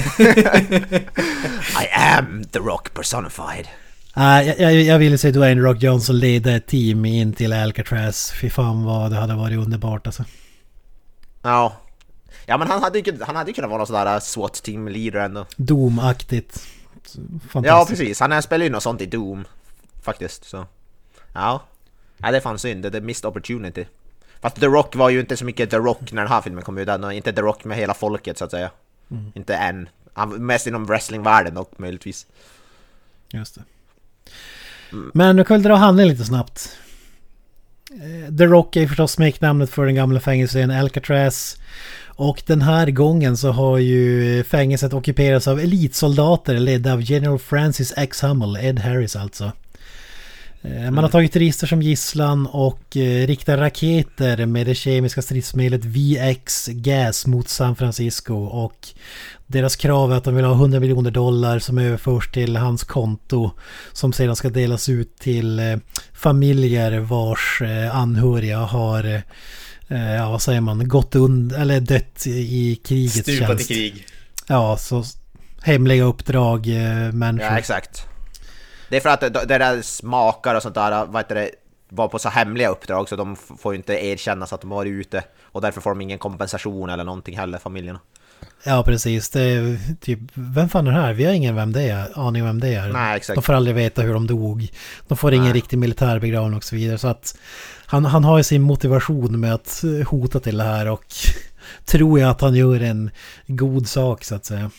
I am The Rock personified. Uh, jag, jag, jag ville se Dwayne Rock Johnson leda ett team in till Alcatraz. Fy fan vad det hade varit underbart alltså. Ja. Ja, men han hade ju han hade kunnat vara någon sån där SWAT team leader ändå. Doom-aktigt. Ja, precis. Han spelar ju något sånt i Doom faktiskt, så. Ja. Ja, det är fan synd. Det är missed opportunity. Fast The Rock var ju inte så mycket The Rock när den här filmen kom ut. Och inte The Rock med hela folket så att säga. Mm. Inte än. Han var mest inom wrestlingvärlden dock möjligtvis. Just det. Mm. Men nu kan vi dra handlingen lite snabbt. The Rock är förstås smeknamnet för den gamla fängelsen Alcatraz. Och den här gången så har ju fängelset ockuperats av elitsoldater ledda av General Francis X. Hummel, Ed Harris alltså. Man har tagit turister som gisslan och eh, riktar raketer med det kemiska stridsmedlet V X Gas mot San Francisco, och deras krav är att de vill ha hundra miljoner dollar som överförs till hans konto, som sedan ska delas ut till eh, familjer vars eh, anhöriga har eh, ja, vad säger man, gått und eller dött i krigets Stupat tjänst. i krig. Ja, så hemliga uppdrag eh, människor. Ja, exakt. Det är för att det, det där smakar och sånt där, vad heter det, var på så hemliga uppdrag, så de får ju inte erkännas att de var ute, och därför får de ingen kompensation eller någonting heller, familjerna. Ja, precis. Det är typ, vem fan är det här? Vi har ingen vem det är, aning vem det är. Nej, exakt. De får aldrig veta hur de dog. De får ingen Nej. riktig militärbegravning och så vidare. Så att han, han har ju sin motivation med att hota till det här, och tror jag att han gör en god sak, så att säga.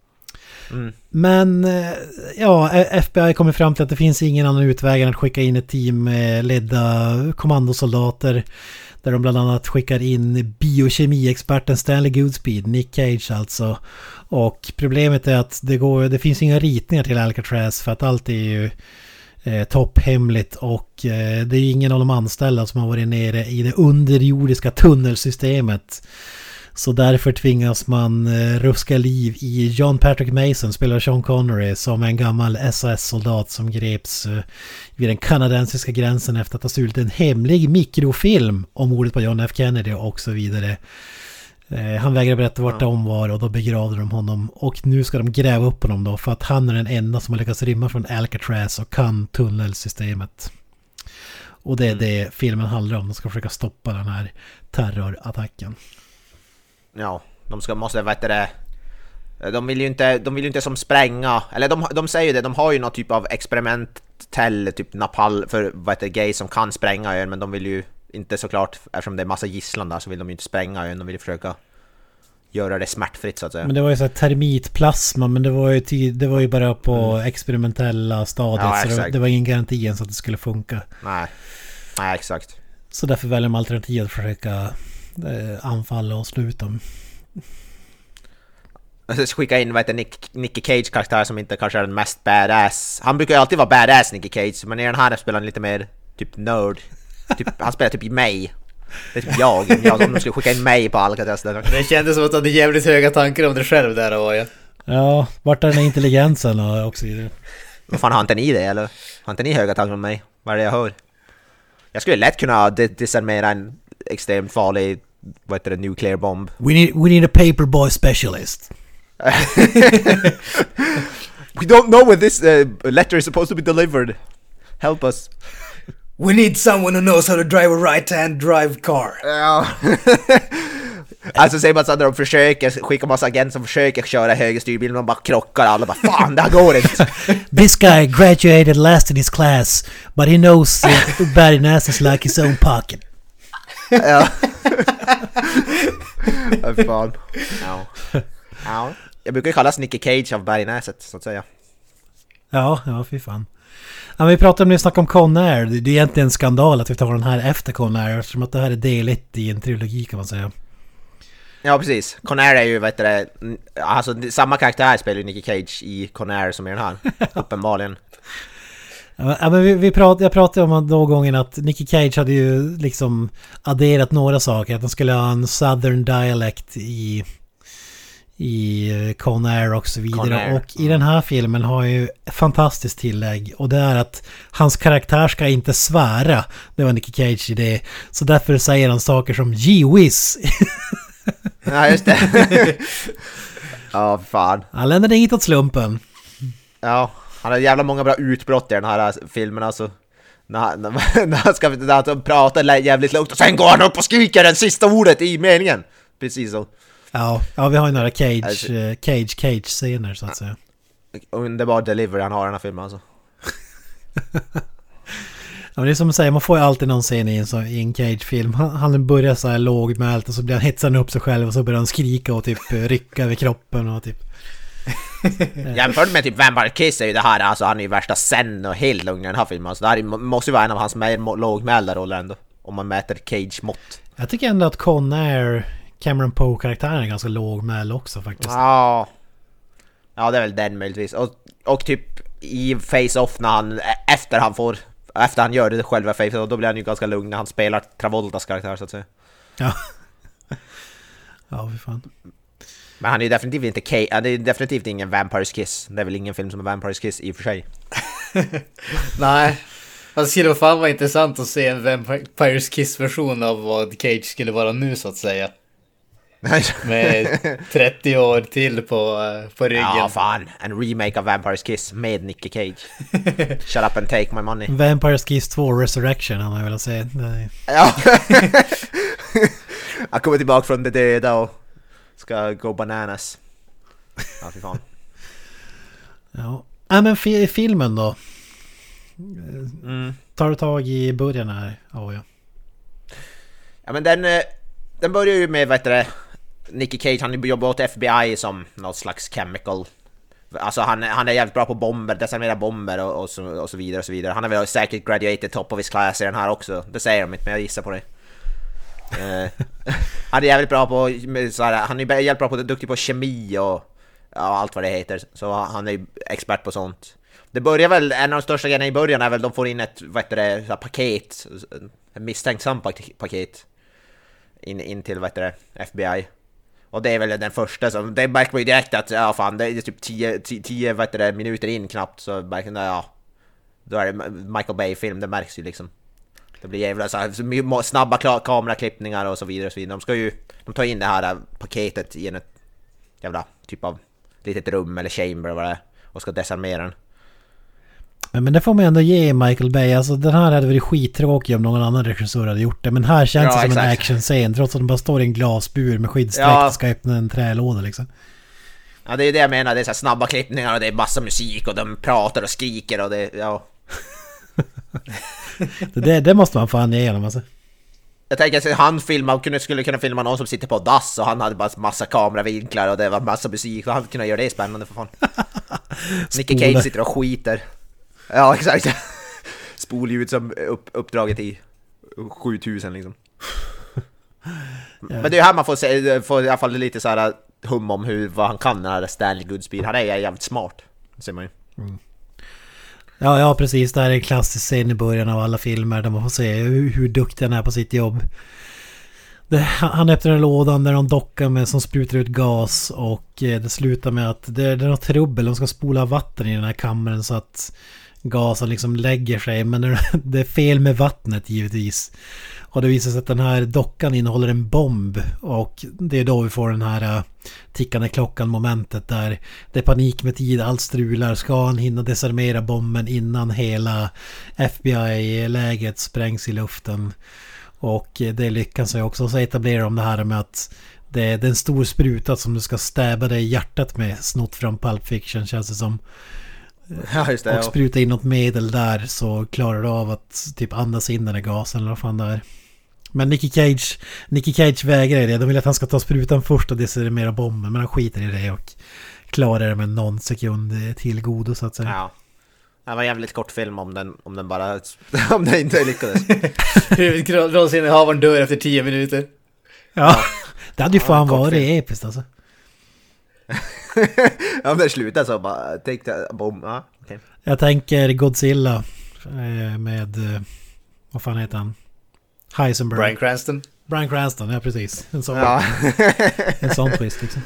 Mm. Men ja, F B I kommer fram till att det finns ingen annan utväg än att skicka in ett team med ledda kommandosoldater, där de bland annat skickar in biokemiexperten Stanley Goodspeed, Nick Cage alltså. Och problemet är att det, går, det finns inga ritningar till Alcatraz, för att allt är ju eh, topphemligt, och eh, det är ju ingen av de anställda som har varit nere i det underjordiska tunnelsystemet. Så därför tvingas man eh, ruska liv i John Patrick Mason, spelar Sean Connery, som en gammal S A S-soldat som greps eh, vid den kanadensiska gränsen efter att ha stulit en hemlig mikrofilm om mordet på John F. Kennedy och så vidare. Eh, han vägrar berätta vart de var, och då begravde de honom. Och nu ska de gräva upp honom då, för att han är den enda som har lyckats rymma från Alcatraz och kan tunnelsystemet. Och det är det filmen handlar om. De ska försöka stoppa den här terrorattacken. Ja, de ska, måste, vet det, de vill ju inte, de vill ju inte som spränga, eller de, de säger ju det, de har ju någon typ av experimentell typ napal för vad heter gay som kan spränga ön, men de vill ju inte, såklart, eftersom det är massa gisslan där, så vill de ju inte spränga ön, de vill ju försöka göra det smärtfritt, så att säga. Men det var ju så här termitplasma, men det var ju, tid, det var ju bara på mm. experimentella stadiet, ja, så det, det var ingen garanti ens att det skulle funka. Nej, nej, exakt. Så därför väljer man alternativ att försöka anfalla och sluta dem. Skicka in, vad heter Nick, Nicky Cage karaktär som inte kanske är den mest badass. Han brukar ju alltid vara badass, Nicky Cage, men i den här spelar han lite mer typ nerd. Typ, han spelar typ i mig. Det är typ jag. jag om de skulle skicka in mig på Alcatraz. Det kändes som att du hade jävligt höga tankar om dig själv där, och ja. Ja, vart är den här intelligensen och också vidare. Vad fan, har inte ni det, eller? Har inte ni höga tankar om mig? Vad är det jag hör? Jag skulle lätt kunna disarmera en extremt farlig, vad heter det, nuclear bomb. We need, we need a paperboy specialist. We don't know when this uh, letter is supposed to be delivered. Help us. We need someone who knows how to drive a right-hand drive car. Ja. Alltså säger man så att de försöker skicka massa agenter som försöker köra höger styrbil, och bara krockar, alla bara fan, det här går inte. This guy graduated last in his class, but he knows uh, Barry is like his own pocket. Ja. Ja, fan. Ja. Ja. Jag brukar ju kallas Nicky Cage av Bergnäset, så att säga. Ja, ja, fy fan. Ja, vi pratade om, vi snackade om Con Air. Det är egentligen en skandal att vi tar den här efter Con Air, eftersom att det här är del ett i en trilogi, kan man säga. Ja, precis. Con Air är ju, vet du, alltså samma karaktär spelar ju Nicky Cage i Con Air som i den här, uppenbarligen. Ja, men vi, vi prat, jag pratade om då gången att Nicky Cage hade ju liksom adderat några saker, att de skulle ha en southern dialect i i Con Air och så vidare. Och i den här filmen har ju ett fantastiskt tillägg, och det är att hans karaktär ska inte svära. Det var Nicky Cage i det. Så därför säger han saker som gee whiz. Ja, just det. Ja, fan. Han lämnade inget åt slumpen. Ja, han har jävla många bra utbrott i den här filmen, alltså. När han, när han ska när han pratar jävligt lågt och sen går han upp och skriker det sista ordet i meningen. Precis så. Ja, ja, vi har ju några Cage, alltså, uh, Cage, Cage-scener, så att säga. Underbar delivery han har i den här filmen, alltså. Ja, men det är som att säga, man får ju alltid någon scen i en, så, i en Cage-film. Han, han börjar så här lågmält, och så blir han hetsad upp sig själv, och så börjar han skrika och typ rycka över kroppen och typ. Jämfört med typ Vampire Kiss är ju det här, alltså han är ju värsta sen och helt lugn i den här filmen, alltså det här måste ju vara en av hans mer lågmälda roller ändå, om man mäter Cage-mått. Jag tycker ändå att Con Air, Cameron Poe-karaktären är ganska lågmäld också faktiskt. Ja, ja det är väl den möjligtvis. Och, och typ i Face Off när han, efter han får efter han gör det själva face, då blir han ju ganska lugn när han spelar Travoltas karaktär så att säga. Ja. Ja, fy fan. Men han är ju definitivt inte K- han är definitivt ingen Vampire's Kiss. Det är väl ingen film som är Vampire's Kiss i och för sig. Nej. Det skulle fan vara intressant att se en Vampire's Kiss-version av vad Cage skulle vara nu så att säga. Med trettio år till på, på ryggen. Ja, fan. En remake av Vampire's Kiss med Nicky Cage. Shut up and take my money. Vampire's Kiss två Resurrection, han har velat säga. Nej. Ja. Han kommer tillbaka från det döda och ska gå bananas. Ja, fy fan. Ja. Ja, men fi- filmen då? Mm. Tar du tag i början här? Oh, ja. Ja, men den, den börjar ju med, vad heter det, Nicky Cage, han jobbar åt F B I som något slags chemical. Alltså han, han är jävligt bra på bomber, desarmera bomber och, och, så, och så vidare och så vidare. Han är väl säkert graduated top of his class i den här också. Det säger de inte, men jag gissar på det. uh, han är jävligt bra på så här, han är jävligt bra på, duktig på kemi och ja, allt vad det heter. Så han är expert på sånt. Det börjar väl, en av de största grejerna i början är väl de får in ett, vad heter det, så här, paket, en misstänksam paket in, in till, vad heter det, F B I. Och det är väl den första som, det märker man ju direkt att, ja fan, det är typ tio vad heter det, minuter in knappt, så märker man, ja, då är det Michael Bay-film, det märks ju liksom. Det blir jävla så här, snabba kameraklippningar och så vidare och så vidare. De ska ju, de tar in det här paketet i en jävla typ av litet rum eller chamber vad det är, och ska desarmera den. Men, men det får man ändå ge Michael Bay. Alltså den här hade varit skittråkig om någon annan regissör hade gjort det. Men här känns ja, det som exakt. En actionscen. Trots att den bara står i en glasbur med skyddsdräkt ja. Och ska öppna en trälåda liksom. Ja, det är det jag menar. Det är så här snabba klippningar och det är massa musik och de pratar och skriker och det, ja. det, det måste man fan igenom alltså. Jag tänker att han filmar, kunde, skulle kunna filma någon som sitter på dass och han hade bara massa kameravinklar och det var massa musik och han kunde göra det spännande för fan. Nicky Cage sitter och skiter. Ja, exakt. Spolljud som upp, uppdraget i sjutusen liksom. Ja. Men det är ju här man får, se, får i alla fall lite så här hum om hur, vad han kan, den här Stanley Goodspeed. Han är jävligt smart, ser man ju. Mm. Ja, ja, precis. Det här är en klassisk scen i början av alla filmer där man får se hur, hur duktig han är på sitt jobb. Det, han öppnar en lådan där de dockar med som sprutar ut gas och eh, det slutar med att det, det är något trubbel. De ska spola vatten i den här kammaren så att gasen liksom lägger sig. Men det, det är fel med vattnet givetvis. Och det visar sig att den här dockan innehåller en bomb. Och det är då vi får den här uh, tickande klockan momentet där det är panik med tid, allt strular. Ska han hinna desarmera bomben innan hela F B I-läget sprängs i luften? Och det lyckas sig också. Så etablerar de det här med att det är en stor spruta som du ska stäba dig i hjärtat med, snott från Pulp Fiction känns det som. Ja, just det, och spruta in något medel där så klarar du av att typ andas in den där gasen eller vad fan det är. Men Nicky Cage Nicky Cage vägrar det. De vill att han ska ta sprutan först och desarmera bomben, men han skiter i det och klarar det med någon sekund till godo så att säga. Ja. Det var en jävligt kort film om den, om den bara om den inte lyckades. Huvudrollsinnehavaren dör efter tio minuter. Ja, det hade ju ja, fan varit film. Episkt alltså. Ja, men det slutar så bara take the bomb. Ja, okay. Jag tänker Godzilla med vad fan heter han? Heisenberg. Bryan Cranston. Bryan Cranston, ja precis. En sån, ja. en sån twist liksom.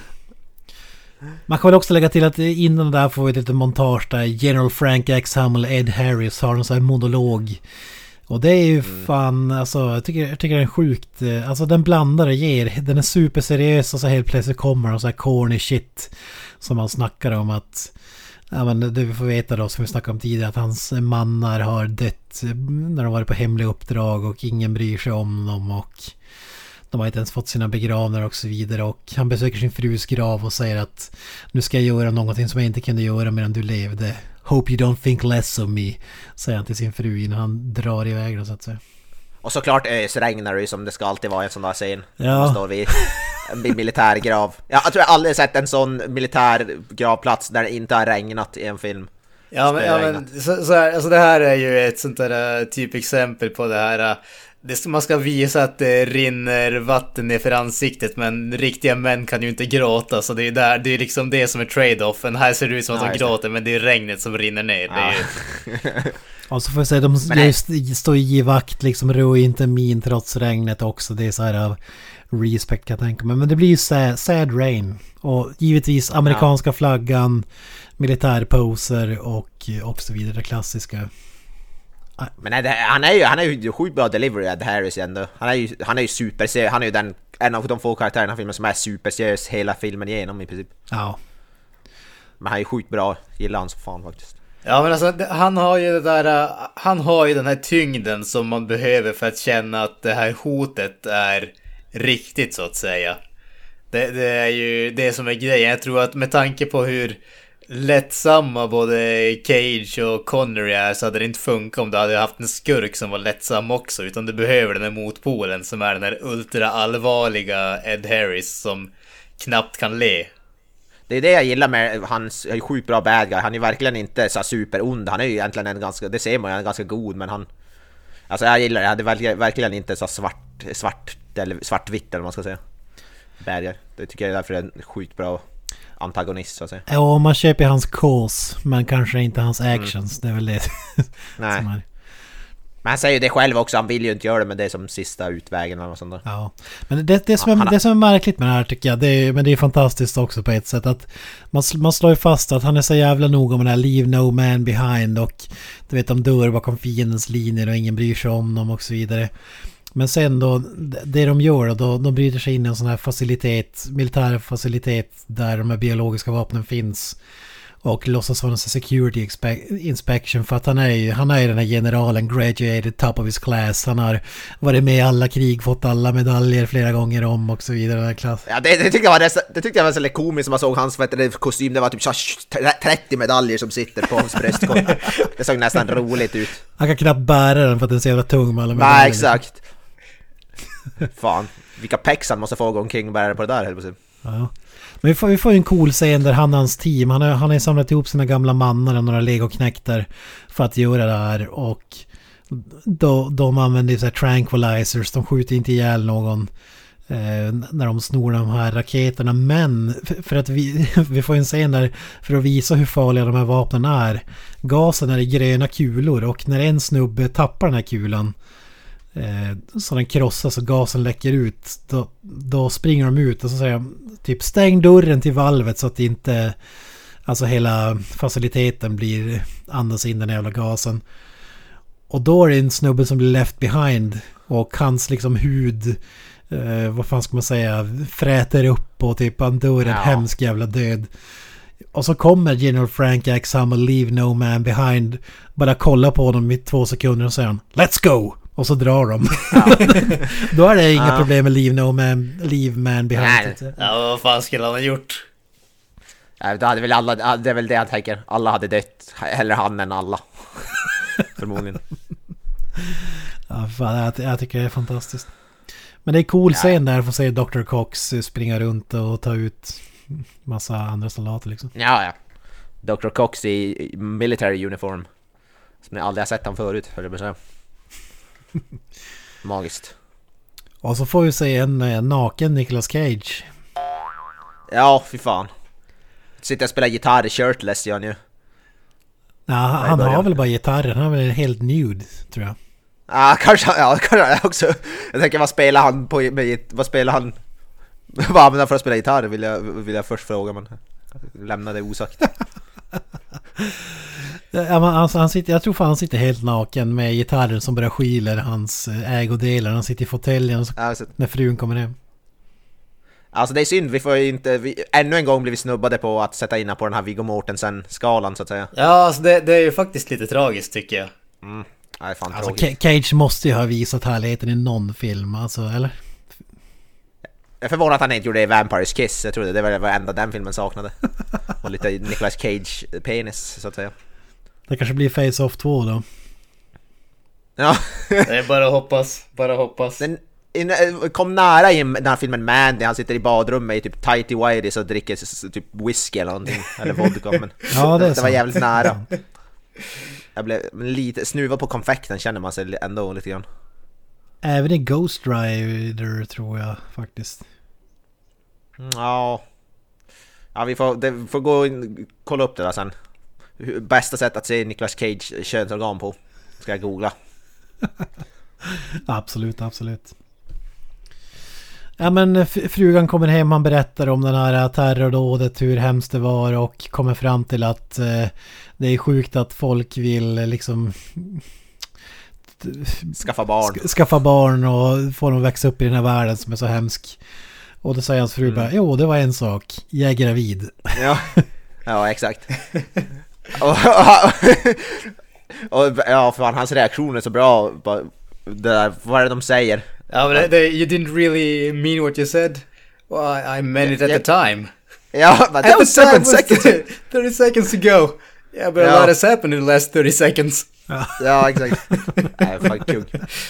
Man kan väl också lägga till att innan där får vi ett litet montage där General Frank X. Hummel, Ed Harris har en sån här monolog. Och det är ju mm. fan, alltså jag tycker, jag tycker den är sjukt, alltså den blandar och ger, den är superseriös och så helt plötsligt kommer och så här corny shit som man snackar om att, ja men det vi får veta då som vi snackade om tidigare att hans mannar har dött när de varit på hemliga uppdrag och ingen bryr sig om dem och de har inte ens fått sina begravningar och så vidare och han besöker sin frus grav och säger att nu ska jag göra någonting som jag inte kunde göra medan du levde. Hope you don't think less of me, säger han till sin fru innan han drar iväg då, så att säga. Och såklart ös regnar det som det ska alltid vara en sån där scen. Ja. Man står vid en militär grav. Ja, jag tror jag aldrig sett en sån militär gravplats där det inte har regnat i en film. Ja, men, ja, men så, så här, alltså det här är ju ett sånt där uh, typexempel på det här uh, det, man ska visa att det rinner vatten ner för ansiktet, men riktiga män kan ju inte gråta, så det är där, det är liksom det som är trade-offen. Här ser det ut som att de gråter, men det är regnet som rinner ner. Ja. Det är ju... Ja, så får jag säga, de nej. står i vakt liksom, ro inte min trots regnet också. Det är så här av respect kan jag tänka mig. Men det blir ju sad, sad rain. Och givetvis amerikanska ja. flaggan, militärposer och, och så vidare, det klassiska. Men nej, han är ju han är ju sjukt bra delivery Ed Harris ändå. Han är ju han är ju super, han är ju den en av de få karaktärerna i filmen som är superseriös hela filmen igenom i princip. Ja. Men han är ju sjukt bra, gillar han så fan faktiskt. Ja, men alltså han har ju det där han har ju den här tyngden som man behöver för att känna att det här hotet är riktigt så att säga. Det, det är ju det som är grejen. Jag tror att med tanke på hur lättsamma både Cage och Connery är så hade det inte funkat om du hade haft en skurk som var lättsam också, utan du behöver den här motpolen som är den här ultra allvarliga Ed Harris som knappt kan le. Det är det jag gillar med hans sjukt bra bad guy. Han är verkligen inte så superond. Han är ju egentligen en ganska, det ser man ju, han är ganska god, men han alltså jag gillar det. Han är verkligen, verkligen inte så svart svart eller svartvitt eller vad man ska säga. Bad guy. Det tycker jag är därför är en sjukt bra antagonist så att säga. Ja, man köper hans cause men kanske inte hans actions. Mm. Det är väl det. Nej. Som är. Men han säger ju det själv också, han vill ju inte göra det, men det är som sista utvägen eller något sånt där. Ja, men det, det, som är, han, det som är märkligt med det här tycker jag, det är, men det är fantastiskt också på ett sätt att man, man slår ju fast att han är så jävla noga med det här leave no man behind och du vet, de dör bakom fiendens linjer och ingen bryr sig om dem och så vidare. Men sen då, det de gör då, de bryter sig in i en sån här facilitet, militär facilitet där de här biologiska vapnen finns och låtsas vara en security inspection för att han är ju, han är ju den här generalen, graduated top of his class, han har varit med i alla krig, fått alla medaljer flera gånger om och så vidare. Den klass. Ja, det, det tyckte jag var, det, det tyckte jag var så lite komiskt som man såg hans vet, det, kostym, det var typ så trettio medaljer som sitter på hans bröstkorg. Det såg nästan roligt ut. Han kan knappt bära den för att den är så jävla tung med alla medaljer. Nej, exakt. Fan, vilka pex han måste få gå omkring och bära på det där helt plötsligt. Ja. Men vi får, vi får ju en cool scen där han och hans team, han har, han har samlat ihop sina gamla mannar och några legoknäktar för att göra det här och då, de använder så här tranquilizers, de skjuter inte ihjäl någon eh, när de snor de här raketerna, men för, för att vi, vi får en scen där för att visa hur farliga de här vapnen är. Gasen är i gröna kulor och när en snubbe tappar den här kulan Eh, så den krossas och gasen läcker ut, då, då springer de ut och så säger de typ stäng dörren till valvet så att inte alltså hela faciliteten blir andas in den jävla gasen. Och då är det en snubbe som blir left behind och hans liksom hud eh, vad fan ska man säga, fräter upp och typ han dör en ja. hemsk jävla död. Och så kommer General Frank X och leave no man behind, bara kolla på dem i två sekunder och säger han, let's go! Och så drar de. Ja. Då är det inga ja. problem med leave no man, leave man behind. Nej. Ja, vad fan skulle han ha gjort? Ja, det, hade väl alla, det är väl det jag tänker. Alla hade dött. Hellre han än alla. Förmodligen. Ja, fan, jag, jag tycker det är fantastiskt. Men det är cool ja. scen där för att se doktor Cox springa runt och ta ut massa andra soldater liksom. Ja, ja. doktor Cox i military uniform. Som jag aldrig har sett han förut, hörde jag säga. Magiskt. Och så får vi se en, en naken Nicolas Cage. Ja, fy fan. Sitter och spelar gitarr i shirtless, gör han ju. Ja, han har väl bara gitarren. Han är väl helt nude, tror jag. Ja, kanske, ja, kanske också. Jag tänker, vad spelar han på med, vad spelar han vad använder han för att spela gitarr, vill jag, vill jag först fråga, men lämna det osagt. Ja, men alltså, han sitter, jag tror fan han sitter helt naken med gitarren som bara skyler hans ägodelar. Han sitter i fåtöljen och så, alltså, när frun kommer hem. Alltså det är synd, vi får ju inte vi, ännu en gång blir vi snubbade på att sätta in på den här Viggo Mortensen-skalan så att säga. Ja, alltså det, det är ju faktiskt lite tragiskt tycker jag. Mm. Nej, fan alltså K- Cage måste ju ha visat härligheten i någon film, alltså, eller? Jag är förvånad att han inte gjorde det i Vampire's Kiss. Jag trodde det var det enda den filmen saknade. Och lite Nicolas Cage penis så att säga. Det kanske blir Face-Off två då. Ja. Det är bara hoppas, bara hoppas. Den in, kom nära i den här filmen Mandy. Han sitter i badrummet i typ tighty whities och dricker typ whisky eller någonting. Eller vodka. Men ja, det, det var jävligt nära. Jag blev lite snuvad på konfekten, känner man sig ändå lite grann. Även i Ghost Rider tror jag faktiskt. Ja. Ja, vi får, det, får gå och kolla upp det där sen. Bästa sätt att se Nicolas Cage könsorgan på. Ska jag googla? Absolut, absolut. Ja, men frugan kommer hem, han berättar om den här terrordådet, hur hemskt det var, och kommer fram till att eh, det är sjukt att folk vill liksom skaffa barn. Sk- skaffa barn och få dem att växa upp i den här världen som är så hemsk. Och då säger hans fru mm. bara, jo, det var en sak, jag är gravid. Ja, ja exakt. och, och, ja, för hans reaktion är så bra. Det där, vad är det de säger? Ja, men det, det, you didn't really mean what you said. Well, I, I meant it at yeah. the time. Ja, but that was seven seconds. thirty seconds ago. Yeah, but ja. a lot has happened in the last thirty seconds. Ja, ja exakt. Nej, fan kul.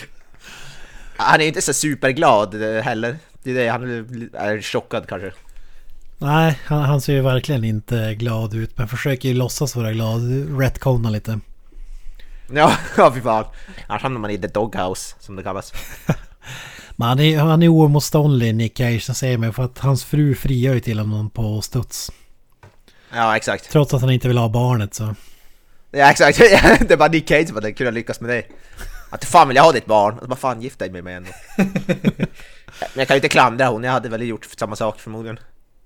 Han är inte så superglad heller. Det är det, han är chockad kanske. Nej, han, han ser ju verkligen inte glad ut, men försöker ju låtsas vara glad, retconna lite. Ja, ja fy fan. Annars hamnar man i the doghouse, som det kallas. Men han är, han är oemotståndlig, Nick Cage, så säger man, för att hans fru friar ju till honom på studs. Ja, exakt. Trots att han inte vill ha barnet, så. Ja, exakt. Det är bara Nick Cage som hade kunnat lyckas med det. Att fan vill jag ha ditt barn? Vad fan, gift dig med mig ändå. Men jag kan ju inte klandra hon, jag hade väl gjort samma sak förmodligen.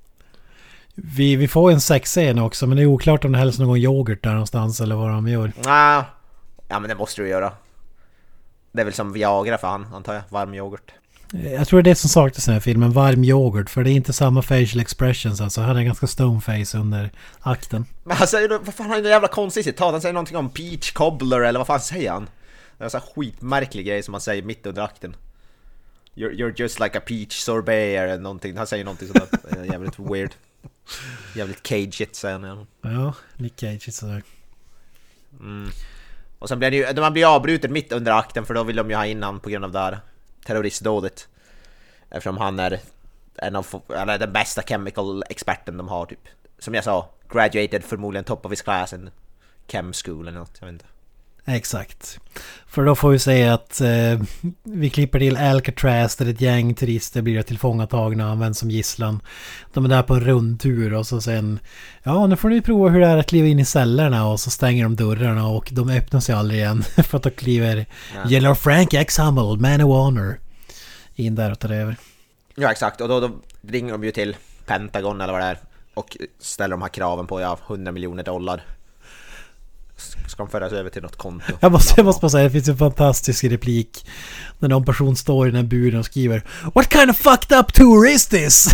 Vi, vi får en sexscen också, men det är oklart om det helst någon yoghurt där någonstans eller vad de gör. Nah. Ja, men det måste du göra. Det är väl som Viagra för han, antar jag, varm yoghurt. Jag tror det är det som saknas i den här filmen, varm yoghurt, för det är inte samma facial expressions, alltså han är en ganska stone face under akten. Men han säger, vad fan, han är en jävla konstig citat, han säger någonting om peach cobbler eller vad fan säger han? Det är en sån här skitmärklig grej som han säger mitt under akten. You're, you're just like a peach sorbet eller någonting, han säger någonting sådär, jävligt weird. Jävligt cageigt säger han. Ja, Nick Cage sådär. Mm. Och sen blir det ju, man blir avbruten mitt under akten, för då vill de ju ha in han på grund av det här terroristdådet. Eftersom han är en av, eller den bästa chemical experten de har typ. Som jag sa, graduated förmodligen top of his class in chem school eller något, jag vet inte. Exakt. För då får vi säga att eh, vi klipper till Alcatraz där ett gäng turister blir tillfångatagna och används som gisslan. De är där på en rundtur och så sen, ja, nu får ni prova hur det är att kliva in i cellerna, och så stänger de dörrarna och de öppnar sig aldrig igen för att då kliver ja. General Frank X. Hummel, man of honor, in där och tar över. Ja, exakt. Och då, då ringer de ju till Pentagon eller vad det är och ställer de här kraven på ja, hundra miljoner dollar. Ska de föras över till något konto? Jag måste, jag måste bara säga, det finns en fantastisk replik när någon person står i den här buren och skriver "What kind of fucked up tour is this?"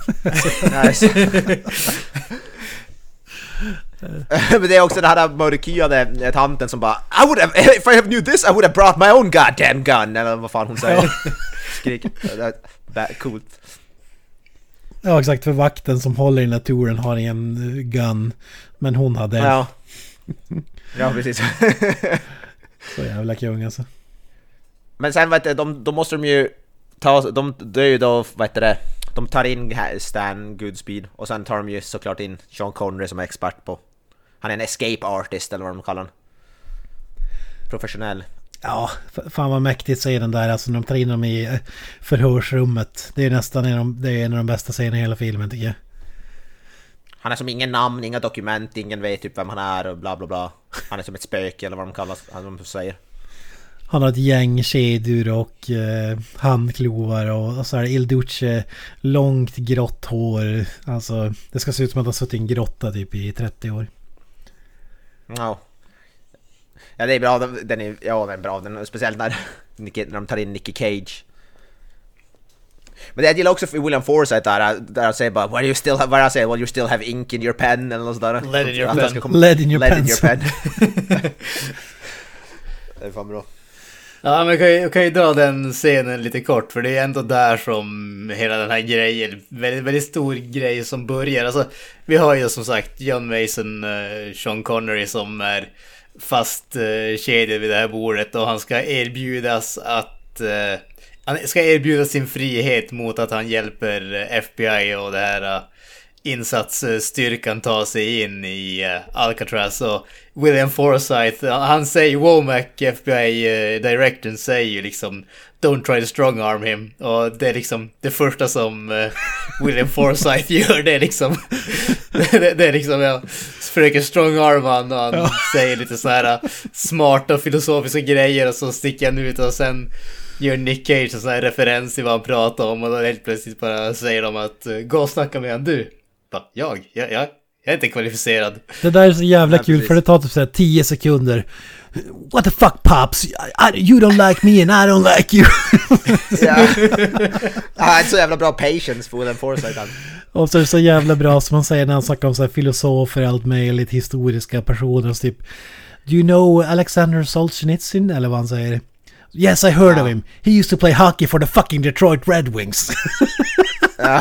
Men det är också det här mörkhyade tanten som bara I would have, if I have knew this I would have brought my own goddamn gun, eller vad fan hon säger. Skrik. Det är coolt. Ja, exakt, för vakten som håller i den här touren har en gun, men hon hade en. Ja. Ja, precis. Så jävla kung alltså. Men sen vet du, de, de måste de ju ta, de, det är ju då, vad heter det, de tar in Stan Goodspeed och sen tar de ju såklart in Sean Connery som är expert på, han är en escape artist eller vad de kallar han. Professionell. Ja, fan vad mäktigt säger den där, alltså när de tar in dem i förhörsrummet. Det är nästan en av, det är en av de bästa scenerna i hela filmen tycker jag. Han är som ingen namn, inga dokument, ingen vet typ vem han är och bla bla bla. Han är som ett spöke eller vad de kallas, vad de säger. Han har ett gäng kedjor och eh, handklovar och, och så här Il Duce, långt grått hår. Alltså, det ska se ut som att han har suttit i en grotta typ i trettio år. Ja. Ja, det är bra, den är, ja, den är bra, den är speciellt när, när de tar in Nicky Cage. Men det jag gillar också för William Forsythe där, där han säger bara, well, you still have, vad jag säger, well, you still have ink in your pen eller något sådär. Lead in your pen. Komma, lead in your, lead in your pen. Det är fan bra. Ja, men kan jag kan ju dra den scenen lite kort, för det är ändå där som hela den här grejen, väldigt, väldigt stor grej som börjar. Alltså, vi har ju som sagt John Mason, uh, Sean Connery som är fast uh, kedjad vid det här bordet, och han ska erbjudas att uh, han ska erbjuda sin frihet mot att han hjälper F B I och det här uh, insatsstyrkan ta sig in i uh, Alcatraz. Och William Forsythe, han säger, Womack, F B I-directorn, säger ju liksom don't try to strong arm him. Och det är liksom det första som uh, William Forsythe gör, det är liksom det, det är liksom ja, försöker strong-arma han och han ja. säger lite så här smarta och filosofiska grejer och så sticker han ut och sen gör Nick Cage en sån här referens till vad han pratar om och då helt plötsligt bara säger de att gå och snacka med han, du. Bara, jag? Jag, jag? Jag är inte kvalificerad. Det där är så jävla ja, kul precis. För det tar typ såhär tio sekunder. What the fuck, Pops? I, you don't like me and I don't like you. Ja. Han är så jävla bra patience på den foresighten. Och så är det så jävla bra som man säger när han snackar om så här filosofer, allt möjligt, historiska personer och typ. Do you know Alexander Solzhenitsyn? Eller vad han säger. Yes, I heard ja. of him. He used to play hockey for the fucking Detroit Red Wings. Ja.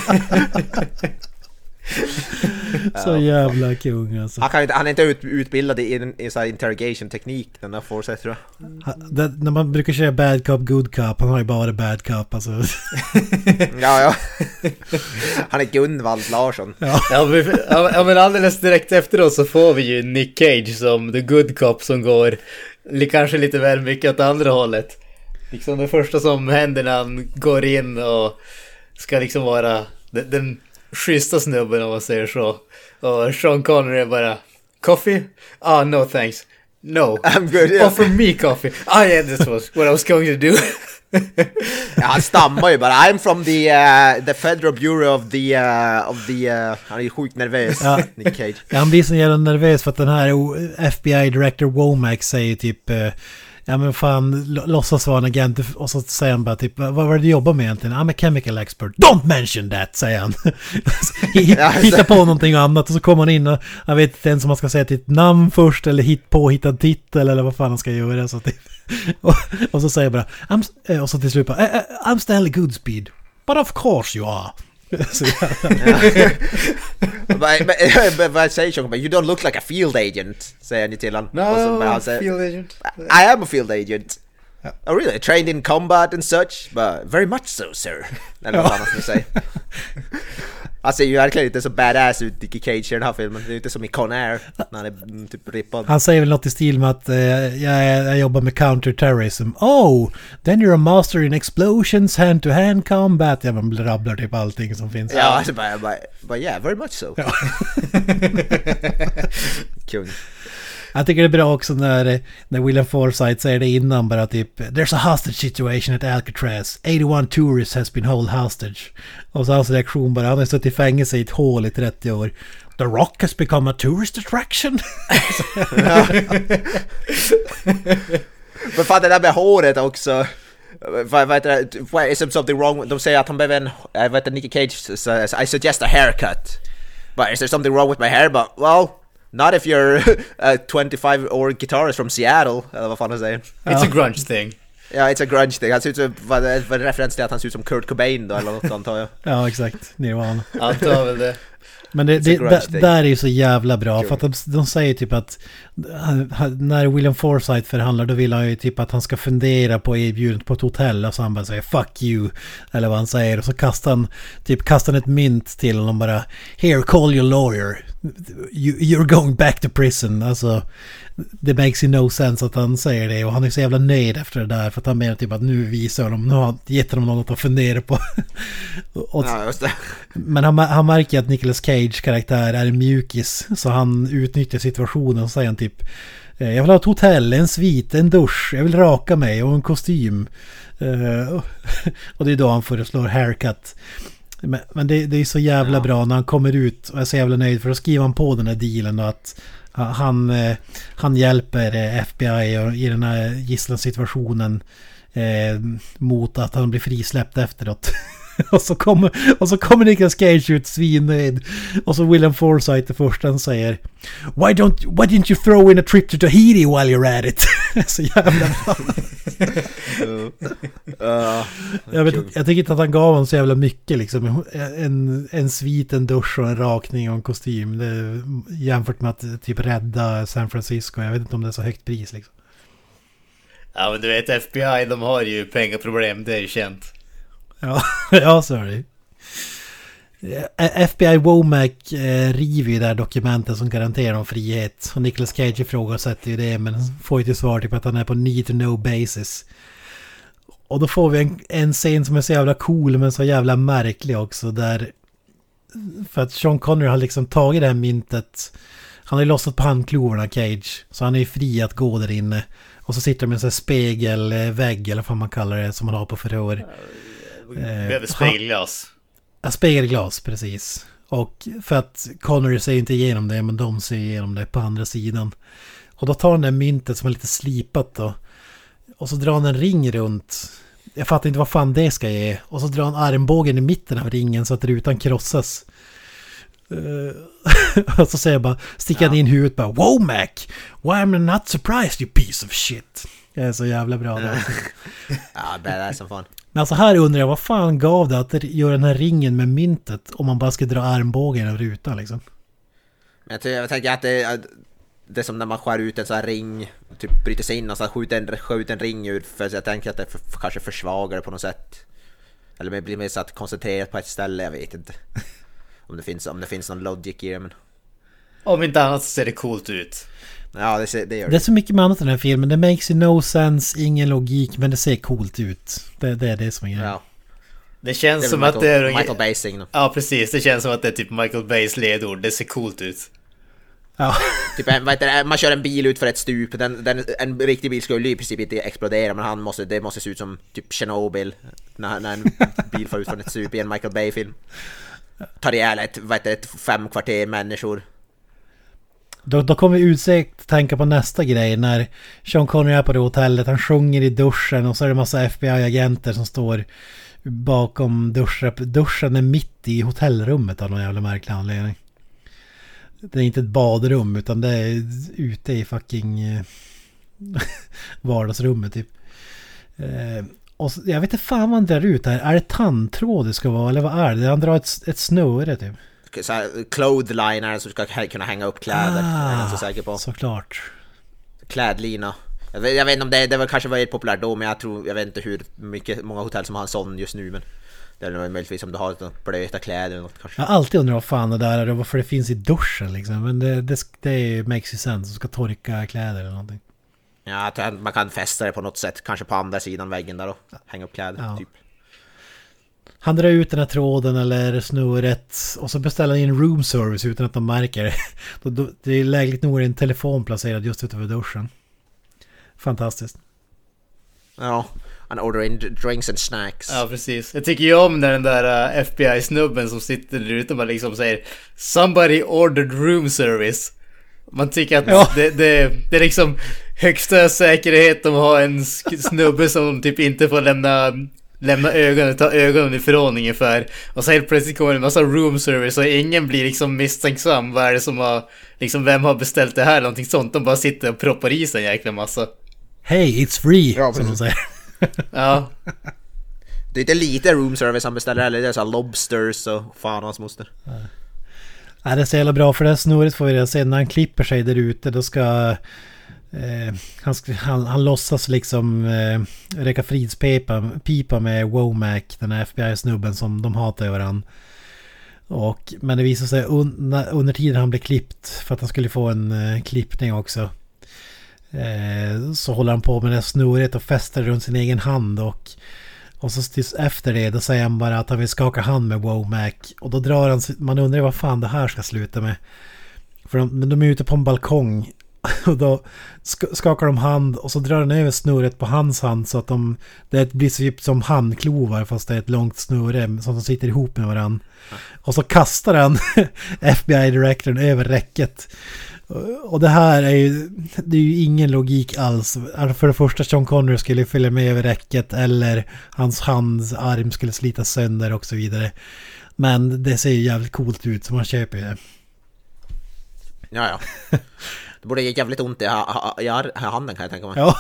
Så jävla kung alltså. Han, kan inte, han är inte ut, utbildad i, i, i så här interrogation-teknik, den där Forsyth, tror jag. Det, när man brukar säga bad cop, good cop, han har ju bara bad cop alltså. Ja, ja. Han är Gunvald Larsson. Ja. Ja, men, ja, men alldeles direkt efter oss så får vi ju Nick Cage som the good cop som går kanske lite väl mycket åt andra hållet. Liksom det första som händer när han går in och ska liksom vara den, den schyssta snubben om man säger så. Och Sean Connery är bara coffee? Ah, no thanks. No. I'm good, yeah. Offer me coffee. Ah yeah, this was what I was going to do. Ja, han stammar ju bara. I'm from the uh, the Federal Bureau of the uh, of the uh, han är ju sjukt nervös. Ja. Nick Cage. Ja, han blir så jävla nervös för att den här F B I Director Womack säger typ uh, ja men fan, låtsas vara en agent och så säger han bara typ, vad var det du jobbar med egentligen? I'm a chemical expert. Don't mention that, säger han. Hitta på någonting annat och så kommer han in och jag vet inte ens om man ska säga ett namn först eller hit på, hitta en titel eller vad fan han ska göra. Så typ. och, och så säger jag bara, I'm, och så till slut bara, I'm Stanley Goodspeed. But of course you are. Så vad säger Sean? You don't look like a field agent, säger ni till han. No, han säger, field agent. I am a field agent. Yeah. Oh really? Trained in combat and such, but very much so, sir. Eller vad man ska säga. Han ser ju verkligen inte så badass ut, Nicky Cage, i den här filmen. Det är inte som i Con Air när han är typ rippad. Han säger väl något i stil med att uh, jag, jag jobbar med counterterrorism. Oh, then you're a master in explosions, hand-to-hand combat. Ja, man rabblar typ allting som finns. Ja, alltså bara, bara, bara yeah, very much so. Ja. Kung. Jag tycker det är bra också när, när William Forsythe säger det innan bara typ there's a hostage situation at Alcatraz. eighty-one tourists has been held hostage. Och så har hans reaktion bara, han har suttit i fängelse i ett hål i trettio år. The Rock has become a tourist attraction. Men fan det där med håret också. Vad heter det? Is there something wrong? De säger att han behöver en, jag vet inte, Nicky Cage says, I suggest a haircut. But is there something wrong with my hair? But well, not if you're a twenty-five-år guitarist from Seattle, eller vad fan han säger. It's a grunge thing. Ja, yeah, it's a grunge thing. Han ser ut som, vad är en referens till att han ser ut som Kurt Cobain då, eller något antar jag. Ja, exakt. Nirvana. Antar väl det. Men det, det, det där är ju så jävla bra cool. För att de, de säger typ att när William Forsythe förhandlar då vill han ju typ att han ska fundera på erbjudandet på ett hotell och så han bara säger fuck you eller vad han säger och så kastar han typ kastar han ett mynt till honom bara here call your lawyer you, you're going back to prison. Alltså det makes you no sense att han säger det och han är så jävla nöjd efter det där för att han menar typ att nu visar de nu har han gett dem något att fundera på. och, ja, just det. Men han, han märker att Nicolas Cage karaktär är en mjukis så han utnyttjar situationen och säger han typ jag vill ha ett hotell, en svit, en dusch, jag vill raka mig och en kostym. Uh, och det är då han föreslår haircut. Men, men det, det är så jävla ja. bra när han kommer ut och är så jävla nöjd för då skriver han på den här dealen och att han, han hjälper F B I i den här gisslansituationen eh, mot att han blir frisläppt efteråt. och så kommer och så kommer Nicolas Cage ut svinnöjd och så William Forsythe det första han säger why don't why didn't you throw in a trip to Tahiti while you're at it. Så jävla bra. uh, jag, vet, jag tycker inte att han gav honom så jävla mycket liksom. en, en svit, en dusch och en rakning och en kostym det, jämfört med att typ rädda San Francisco. Jag vet inte om det är så högt pris liksom. Ja men du vet F B I de har ju pengaproblem, det är ju känt. Ja, ja, sorry. F B I Womack eh, river ju det här dokumentet som garanterar om frihet. Och Nicolas Cage ifrågasätter ju det men får ju till svar typ att han är på need to know basis. Och då får vi en, en scen som är så jävla cool men så jävla märklig också där för att Sean Connery har liksom tagit det här myntet Han har ju lossat på handklovarna, Cage. Så han är ju fri att gå där inne. Och så sitter de med en sån här spegelvägg, eller vad man kallar det, som man har på förhör. Vi behöver spegelglas. Ja, spegelglas, precis. Och för att Connery ser inte igenom det, men de ser igenom det på andra sidan. Och då tar han det myntet som är lite slipat då. Och så drar han en ring runt. Jag fattar inte vad fan det ska ge. Och så drar han armbågen i mitten av ringen så att rutan krossas. Uh, och så säger jag bara, sticker han ja. in huvudet bara, wow Mac, why am I not surprised you piece of shit. Jag är så jävla bra där. Ja, det är som fan. Men alltså här undrar jag, vad fan gav det att göra den här ringen med myntet om man bara ska dra armbågen av rutan liksom? Men jag, jag tänker att det, det är som när man skär ut en sån här ring, typ bryter sig in och så skjuter en, skjuter en ring ur, för jag tänker att det för, kanske försvagar det på något sätt. Eller blir mer så att koncentrerat på ett ställe, jag vet inte. Om det finns, om det finns någon logic i det, men... Om inte annat så ser det coolt ut. Ja, det, ser, det gör det. Det är så mycket med annat i den här filmen. Det makes you no sense, ingen logik, men det ser coolt ut. Det, det är det som är grejen. Ja. Det känns det är som Michael, att det är... Michael Bay signal. Ja, precis. Det känns som att det är typ Michael Bays ledord. Det ser coolt ut. Ja. Typ, vad heter det? Man kör en bil ut för ett stup. Den, den, en riktig bil skulle i princip inte explodera, men han måste, det måste se ut som typ Chernobyl när, när en bil får ut från ett stup i en Michael Bay-film. Tar ihjäl ett, vad heter det, fem kvarter människor. Då, då kommer vi utsökt tänka på nästa grej när Sean Connery är på det hotellet. Han sjunger i duschen och så är det en massa F B I-agenter som står bakom duschen. Duschen är mitt i hotellrummet av någon jävla märklig anledning. Det är inte ett badrum utan det är ute i fucking vardagsrummet typ. Eh, och så, jag vet inte fan vad han drar ut här. Är det tandtråd det ska vara eller vad är det? Han drar ett, ett snöre typ. Så här, clothesline som ska kunna hänga upp kläder. Ah, jag är inte så säker på. Såklart. Klädlina. Jag vet, jag vet inte om det, det var kanske var populärt då, men jag tror, jag vet inte hur mycket, många hotell som har en sån just nu, men det är möjligtvis om du har blöta kläder eller något kanske. Jag har alltid undrat vad fan det där är och varför det finns i duschen liksom, men det, det, det makes ju sense, du ska torka kläder eller någonting. Ja, man kan fästa det på något sätt, kanske på andra sidan väggen där och hänga upp kläder, ja. Typ. Han drar ut den här tråden eller snurret och så beställer han in room service utan att de märker det. Det är lägligt nog en telefon placerad just utanför duschen. Fantastiskt. Ja, han order in drinks and snacks. Ja, precis. Jag tycker ju om när den där uh, F B I-snubben som sitter där ute och bara liksom säger somebody ordered room service. Man tycker att ja. det, det, det är liksom högsta säkerhet om att ha en snubbe som typ inte får lämna... lämna ögonen, ta ögonen ifrån ungefär. Och så helt plötsligt kommer en massa room service och ingen blir liksom misstänksam. Vad är det som har, liksom vem har beställt det här? Någonting sånt. De bara sitter och proppar i sig en jäkla massa. Hey, it's free, ja, som de säger. Ja. Det är inte lite room service han beställer heller. Det är så här lobsters och fan hans moster. Ja. Ja, det är så jävla bra för det här snurret får vi redan se. När han klipper sig där ute då ska... Eh, han, han, han låtsas liksom eh, räcka fridspipa pipa med Womack, den här F B I-snubben som de hatar varandra. Och, men det visar sig un, under tiden han blev klippt, för att han skulle få en eh, klippning också, eh, så håller han på med det snurret och fäster runt sin egen hand och, och så tills efter det då säger han bara att han vill skaka hand med Womack och då drar han, man undrar vad fan det här ska sluta med, för de, men de är ute på en balkong. Och då skakar de hand och så drar den över snurret på hans hand så att de, det blir typ som handklovar fast det är ett långt snurre som de sitter ihop med varandra. Och så kastar han F B I-direktorn över räcket. Och det här är ju, det är ju ingen logik alls. För det första, Sean Connery skulle följa med över räcket eller hans hands arm skulle slita sönder och så vidare. Men det ser ju jävligt coolt ut så man köper ju det. Ja, ja. Det borde ge jävligt ont i, ha, ha, i handen kan jag tänka mig. Ja.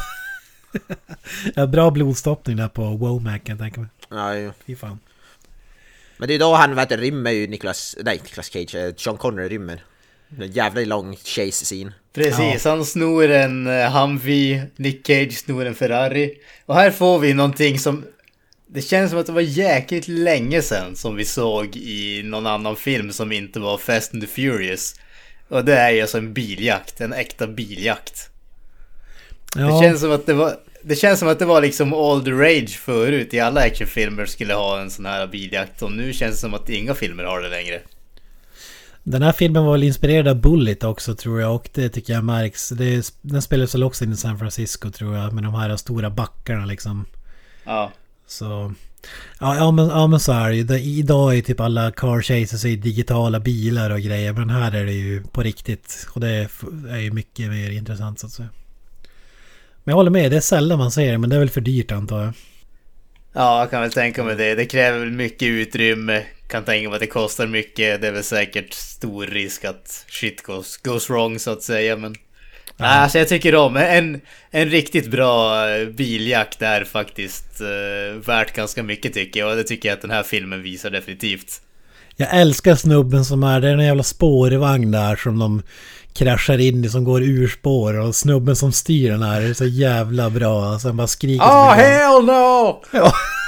Ja, bra blodstoppning där på Womack kan jag tänka mig. Ja, ja. Fy fan. Men det är då han vet rymmer ju Nicolas, nej Nicolas Cage, Sean Connery rymmer. En jävla lång chase scene. Precis, ja. Han snor en Humvee, Nick Cage snor en Ferrari. Och här får vi någonting som... Det känns som att det var jäkligt länge sedan som vi såg i någon annan film som inte var Fast and the Furious. Och det är ju alltså en biljakt, en äkta biljakt. Ja. Det känns som att det var det känns som att det var liksom all the rage förut i alla actionfilmer skulle ha en sån här biljakt och nu känns det som att inga filmer har det längre. Den här filmen var väl inspirerad av Bullet också tror jag, och det tycker jag märks. Det, den spelas väl också in i San Francisco tror jag, med de här stora backarna liksom. Ja. Så ja, ja, men, ja men så är det ju. Idag är typ alla car chases i digitala bilar och grejer, men här är det ju på riktigt, och det är, är ju mycket mer intressant så att säga. Men jag håller med, det är sällan man ser det, men det är väl för dyrt antar jag. Ja, jag kan väl tänka mig det. Det kräver väl mycket utrymme. Kan tänka mig att det kostar mycket. Det är väl säkert stor risk att shit goes, goes wrong så att säga. Men ja. Alltså jag tycker om en, en riktigt bra biljakt där faktiskt uh, värt ganska mycket tycker jag. Och det tycker jag att den här filmen visar definitivt. Jag älskar snubben som är, det är en jävla spårvagn där som de kraschar in i, som går ur spår, och snubben som styr den här är så jävla bra. Alltså han bara skriker. Oh hell no! Ja.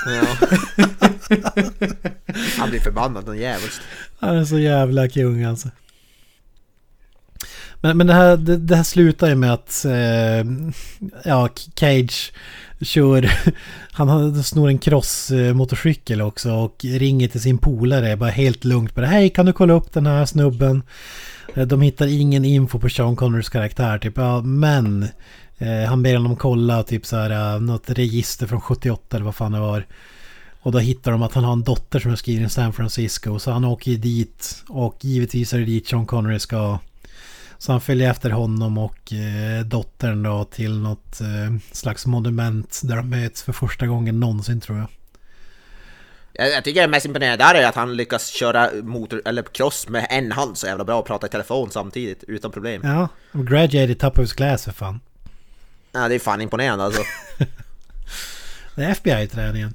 Han blir förbannad, den jävligt. Han är så jävla kung alltså. Men, men det, här, det, det här slutar ju med att eh, ja, Cage kör, han snor en cross-motorcykel också och ringer till sin polare bara helt lugnt på det. Hej, kan du kolla upp den här snubben? De hittar ingen info på Sean Connerys karaktär typ, ja, men eh, han ber dem kolla typ så här något register från sjuttioåtta eller vad fan det var. Och då hittar de att han har en dotter som är skriven i San Francisco, så han åker ju dit, och givetvis är det dit Sean Connery ska. Så han följer efter honom och eh, dottern då till något eh, slags monument där de möts för första gången någonsin tror jag. Jag, jag tycker det mest imponerande där är att han lyckas köra motor eller cross med en hand så jävla bra och prata i telefon samtidigt utan problem. Ja, och graduated top of his class för fan. Ja, det är fan imponerande alltså. Det är F B I-träningen.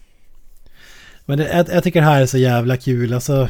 Men det, jag, jag tycker det här är så jävla kul alltså.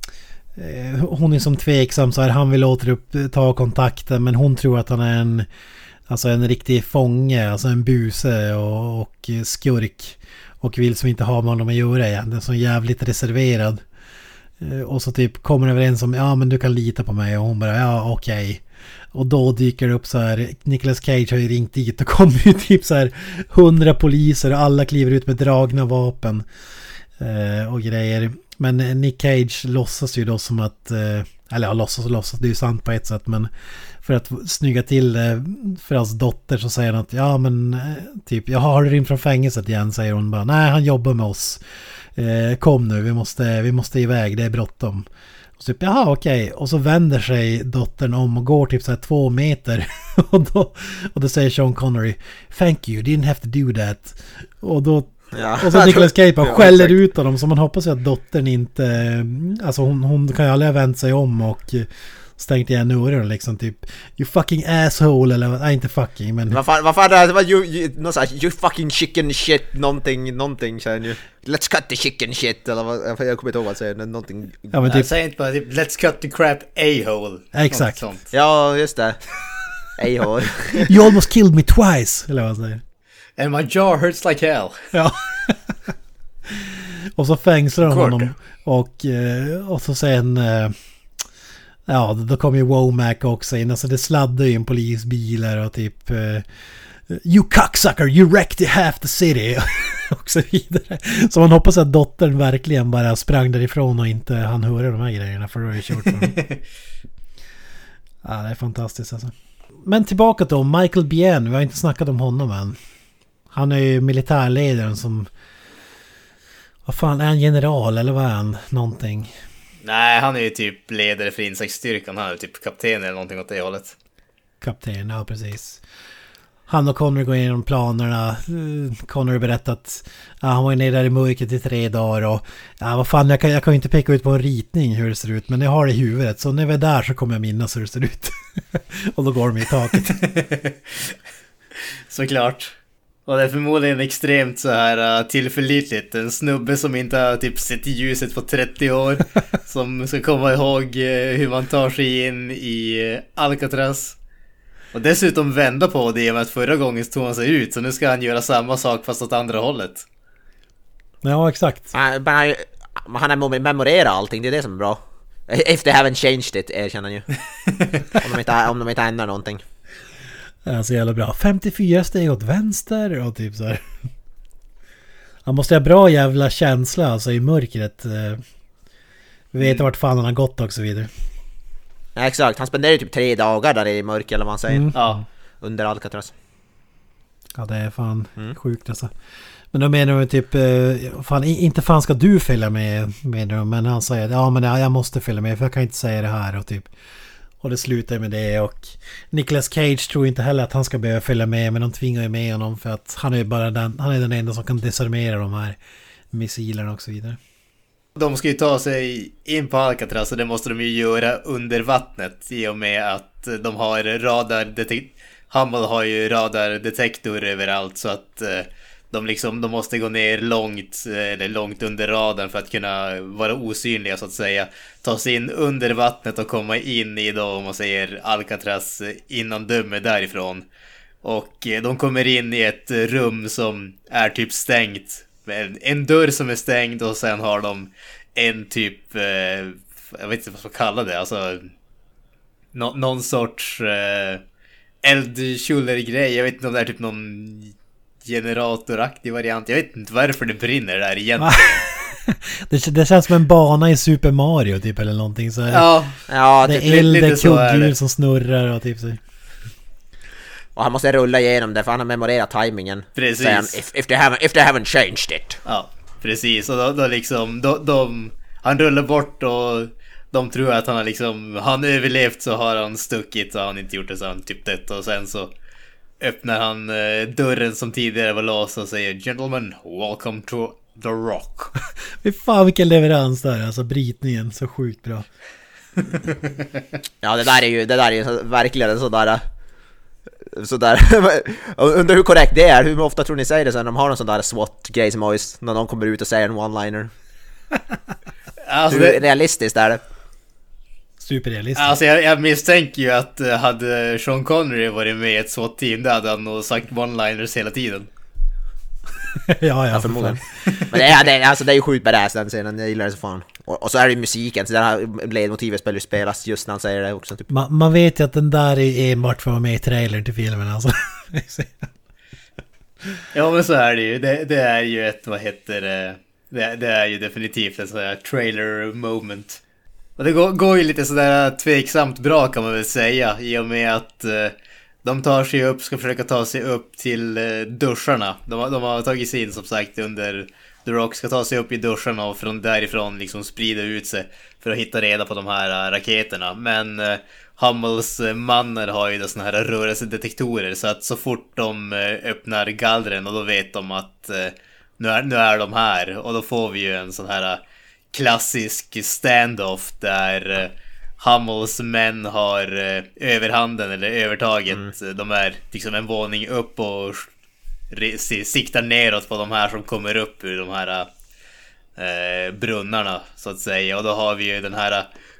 Hon är som tveksam så här, han vill återuppta kontakten, men hon tror att han är en alltså en riktig fånge, alltså en buse och, och skurk, och vill som inte ha med honom att göra igen. Den är så jävligt reserverad, och så typ kommer överens om ja men du kan lita på mig, och hon bara ja okej okay. Och då dyker det upp så här, Nicolas Cage har ju ringt dit och kommer ju typ så här hundra poliser och alla kliver ut med dragna vapen eh, och grejer. Men Nick Cage låtsas ju då som att, eller ja, låtsas och låtsas, det är ju sant på ett sätt, men för att snygga till för hans dotter så säger han att ja men typ, jag har rymt från fängelset igen, säger hon bara, nej han jobbar med oss, kom nu, vi måste, vi måste iväg, det är bråttom. Och så typ, jaha okej, och så vänder sig dottern om och går typ så här två meter och då, och då säger Sean Connery, thank you, didn't have to do that. Och då ja. Och så Nicolas Cage bara skäller ut honom, så man hoppas ju att dottern inte, alltså hon, hon kan ju aldrig ha vänt sig om och stängt igen öronen liksom typ you fucking asshole, eller nej inte fucking men vad fan, vad fan det var you, you, no, så här, you fucking chicken shit någonting, någonting säger nu. Let's cut the chicken shit, eller vad, jag kommer inte ihåg vad säger, någonting. Ja men typ, jag säger inte bara typ, let's cut the crap a-hole. Exakt. Ja just det. A-hole. You almost killed me twice, eller vad säger. And my jaw hurts like hell. Ja. Och så fängslar de honom. Och, och så sen ja, då kommer ju Womack också in. Alltså det sladdar ju en polisbilar och typ you cocksucker, you wrecked half the city. Och så vidare. Så man hoppas att dottern verkligen bara sprang därifrån och inte han hörde de här grejerna, för då är det kört för dem. Ja, det är fantastiskt alltså. Men tillbaka då, Michael Biehn, vi har inte snackat om honom än. Han är ju militärledaren som, vad fan, är han general eller vad är han? Någonting. Nej, han är ju typ ledare för insatsstyrkan. Han är typ kapten eller någonting åt det hållet. Kapten, ja precis. Han och Connery går igenom planerna. Connery berättat att ja, han var nere där i mörkret i tre dagar och ja, vad fan, jag kan, jag kan ju inte peka ut på en ritning hur det ser ut, men jag har det i huvudet, så när vi är där så kommer jag minnas hur det ser ut. Och då går de i taket. Såklart. Och det är förmodligen extremt så här uh, tillförlitligt. En snubbe som inte har typ sett ljuset på trettio år. Som ska komma ihåg uh, hur man tar sig in i uh, Alcatraz. Och dessutom vända på det med att förra gången tog han sig ut. Så nu ska han göra samma sak fast åt andra hållet. Ja, exakt. Han, han har memorerat allting, det är det som är bra. If they haven't changed it, erkänner ju. om, de inte, om de inte ändrar någonting. Det är så jävla bra. femtiofyra steg åt vänster och typ så här. Han måste ha bra jävla känsla alltså i mörkret. Vi vet mm. vart fan han har gått och så vidare. Ja, exakt, han spenderar ju typ tre dagar där i mörker eller vad man säger. Mm. Ja. Under Alcatraz. Ja, det är fan Mm. sjukt alltså. Men då menar de typ, eh, fan, inte fan ska du följa med, menar de, men han säger ja men jag måste följa med för jag kan inte säga det här och typ. Och det slutar med det och Nicolas Cage tror inte heller att han ska behöva följa med, men de tvingar ju med honom för att han är bara den, han är den enda som kan desarmera de här missilerna och så vidare. De ska ju ta sig in på Alcatraz och det måste de ju göra under vattnet i och med att de har radardetektor. Hummel har ju radardetektor överallt så att eh, de liksom de måste gå ner långt eller långt under radarn för att kunna vara osynliga så att säga. Ta sig in under vattnet och komma in i då om man säger Alcatraz innan dömer därifrån. Och eh, de kommer in i ett rum som är typ stängt. En, en dörr som är stängd och sen har de en typ, eh, jag vet inte vad man kallar det, alltså no, någon sorts eh, eldkjoler-grej. Jag vet inte om det är typ någon generatoraktig variant. Jag vet inte varför det brinner där egentligen. det, det känns som en bana i Super Mario typ eller någonting så här. Ja, Ja, det typ, är eld, lite det så är kugghjul det. som snurrar och typ så. och han måste rulla igenom det för han har memorerat timingen. Precis. Säger han, if, if, they haven't, if they haven't changed it. ja, precis. Och då, då liksom, då, de, han rullar bort och de tror att han har liksom, han överlevt så har han stuckit och han inte gjort det så han typ dött och sen så öppnar han eh, dörren som tidigare var låst och säger gentlemen, welcome to the rock. Fy fan vilken leverans där, alltså brytningen, så sjukt bra. Ja, det där är ju, det där är ju så, verkligen en sådär sådär, undrar hur korrekt det är. Hur ofta tror ni säger det sen när de har en sån där SWAT-grej som always, när någon kommer ut och säger en one-liner? Alltså, Hur det, realistiskt är det? Superrealistiskt. alltså jag, jag misstänker ju att uh, hade Sean Connery varit med i ett SWAT-team där hade han nog sagt one-liners hela tiden. ja, ja, Ja, för förmodligen. fan. Men det är, det, är, alltså, det är ju sjukt badass den scenen, jag gillar det så fan. Och, och så är det ju musiken, så det här ledmotivet spelar, spelas just när han säger det också typ. Man, man vet ju att den där är enbart för att vara med i trailern till filmen alltså. Ja men så är det ju. Det, det är ju ett, vad heter det? Det, det är ju definitivt ett sån här trailer moment. Och det går, går ju lite sådär tveksamt bra kan man väl säga. I och med att eh, de tar sig upp, ska försöka ta sig upp till eh, duscharna. De, har- de har tagit sig in som sagt under The Rock, ska ta sig upp i duscharna och från därifrån liksom sprida ut sig för att hitta reda på de här eh, raketerna. Men eh, Hummels eh, mannar har ju då såna här rörelsedetektorer så att så fort de eh, öppnar gallren och då vet de att eh, nu, är, nu är de här. Och då får vi ju en sån här eh, klassisk standoff där eh, Hummels män har eh, överhanden eller övertaget. Mm. De är liksom en våning upp och re- si- siktar neråt på de här som kommer upp ur de här eh, brunnarna så att säga. Och då har vi ju den här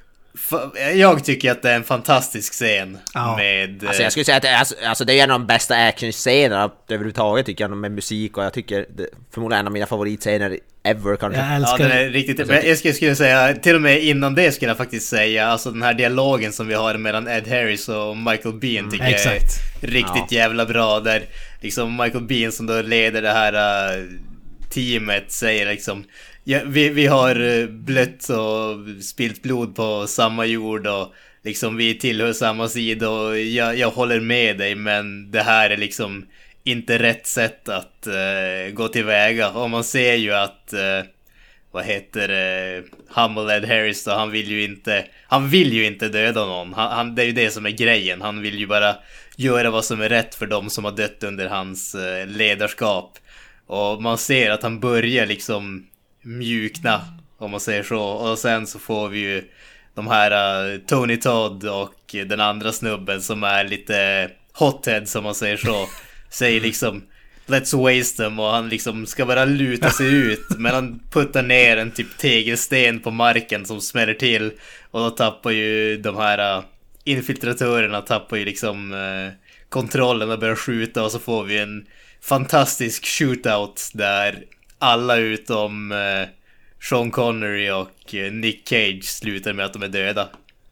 f- jag tycker att det är en fantastisk scen Ja. med eh, Alltså jag skulle säga att det är, alltså, alltså det är en av de bästa actionscenerna överhuvudtaget tycker jag, med musik, och jag tycker det, förmodligen en av mina favoritscener ever kanske. Jag ja, älskar den är riktigt. Men jag skulle, skulle säga, till och med innan det skulle jag faktiskt säga, alltså den här dialogen som vi har mellan Ed Harris och Michael Biehn tycker exakt. jag är riktigt jävla bra. Där liksom Michael Biehn som då leder det här uh, teamet säger liksom, ja, vi, vi har uh, blött och spilt blod på samma jord och liksom vi tillhör samma sida och jag, jag håller med dig, men det här är liksom inte rätt sätt att uh, gå tillväga. Och man ser ju att uh, vad heter det, Hummel Ed Harris då, han vill ju inte han vill ju inte döda någon. Han, han, det är ju det som är grejen. Han vill ju bara göra vad som är rätt för dem som har dött under hans uh, ledarskap. Och man ser att han börjar liksom mjukna, om man säger så. Och sen så får vi ju de här uh, Tony Todd och den andra snubben som är lite hothead, som man säger så. Säger liksom let's waste them, och han liksom ska bara luta sig ut, men han puttar ner en typ tegelsten på marken som smäller till, och då tappar ju de här uh, infiltratörerna tappar ju liksom uh, kontrollen och börjar skjuta, och så får vi en fantastisk shootout där alla utom uh, Sean Connery och uh, Nick Cage slutar med att de är döda.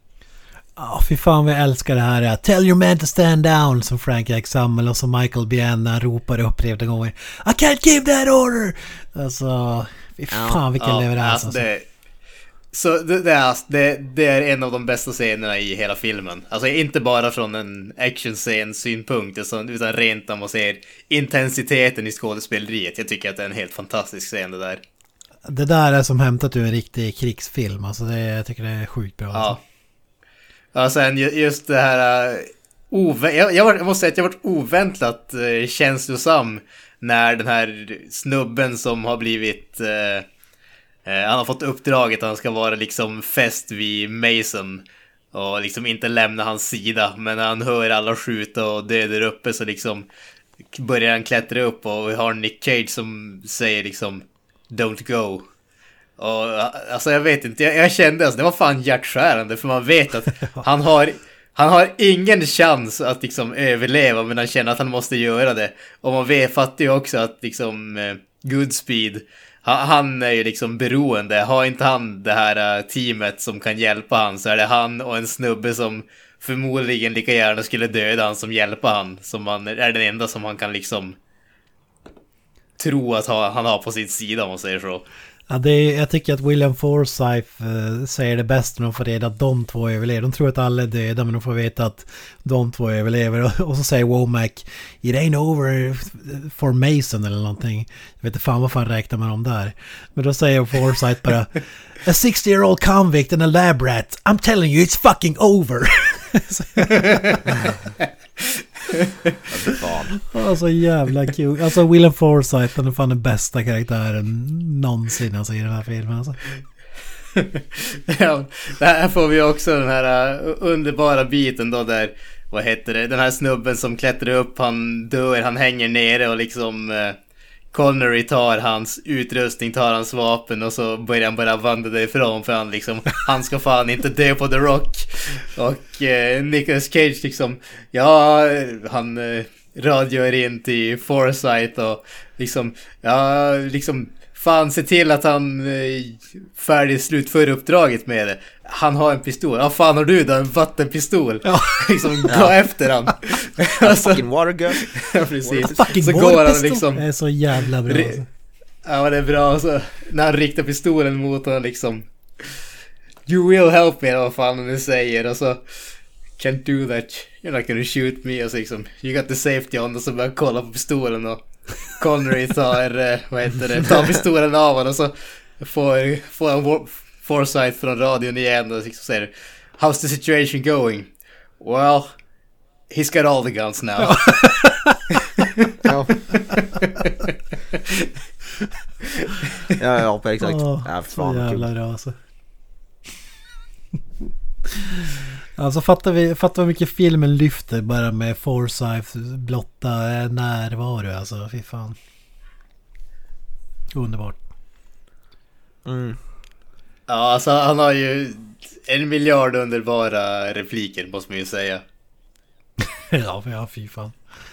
Ja, fy fan vad jag älskar det här. Tell your man to stand down, som Frank Jack Sammel och som Michael Biehn ropar upprepade gånger. I can't give that order! Alltså, fy fan vilken ja, leverans. alltså Alltså. det, Så det, det, är, det, det är en av de bästa scenerna i hela filmen. Alltså inte bara från en actionscen synpunkt, utan rent om man ser intensiteten i skådespeleriet. Jag tycker att det är en helt fantastisk scen det där. Det där är som hämtat ur en riktig krigsfilm. Alltså det, jag tycker det är sjukt bra. Ja. Alltså. Ja, sen just det här... Ove- jag, jag, var, jag måste säga att jag varit oväntat uh, känslosam när den här snubben som har blivit... Uh, uh, han har fått uppdraget att han ska vara liksom fäst vid Mason och liksom inte lämna hans sida. Men när han hör alla skjuta och dö där uppe så liksom börjar han klättra upp och vi har Nick Cage som säger liksom don't go. Och alltså jag vet inte, jag, jag kände alltså det var fan hjärtskärande för man vet att han har han har ingen chans att liksom överleva, men han känner att han måste göra det. Och man vet, fattar ju också att liksom eh, Goodspeed, han, han är ju liksom beroende. Har inte han det här uh, teamet som kan hjälpa han, så är det han och en snubbe som förmodligen lika gärna skulle döda han som hjälpa han, som man är den enda som han kan liksom tro att ha, han har på sin sida om man säger så. Ja, det är, jag tycker att William Forsythe uh, säger det bäst när de får reda att de två överlever. De tror att alla är döda, men de får veta att de två överlever. Och, och så säger Womack, it ain't over for Mason eller någonting. Jag vet inte fan vad fan räknar man om där. Men då säger Forsythe bara, a sixty-year-old convict and a lab rat. I'm telling you, it's fucking over. Fan. Alltså jävla kul. Alltså William Forsythe, han är fan den bästa karaktären någonsin alltså, i den här filmen alltså. Ja, här får vi också den här uh, underbara biten då där, vad heter det, den här snubben som klättrar upp, han dör, han hänger nere och liksom uh, Connery tar hans utrustning, tar hans vapen och så börjar han bara vandra därifrån för han liksom, han ska fan inte dö på The Rock. Och eh, Nicolas Cage liksom, ja, han eh, radioar in till Forsythe och liksom, ja, liksom fan se till att han eh, färdig slutför uppdraget med det. Han har en pistol. Ja, fan har du då? En vattenpistol. Ja. Liksom gå ja. efter han. Alltså, fucking water gun. Ja, precis. Fucking så går han liksom. Det är så jävla bra. Re- ja, det är bra. Så, när han riktar pistolen mot honom liksom. You will help me, vad fan han nu säger. Och så, can't do that. You're not gonna shoot me. Och så liksom, you got the safety on. Och så börjar kolla på pistolen och Connery tar, vad heter det, tar pistolen av honom och så får, får han Forsythe från radion igen och liksom säger, how's the situation going? Well, he's got all the guns now. Ja, ja, ja, på exakt. Oh, ja, fan, så jävla bra alltså. Alltså fattar vi fattar hur mycket filmen lyfter bara med Forsythe blotta närvaro alltså, fy fan. Underbart. Mm. Ja, alltså han har ju en miljard underbara repliker måste man ju säga. Ja, ja, fy fan.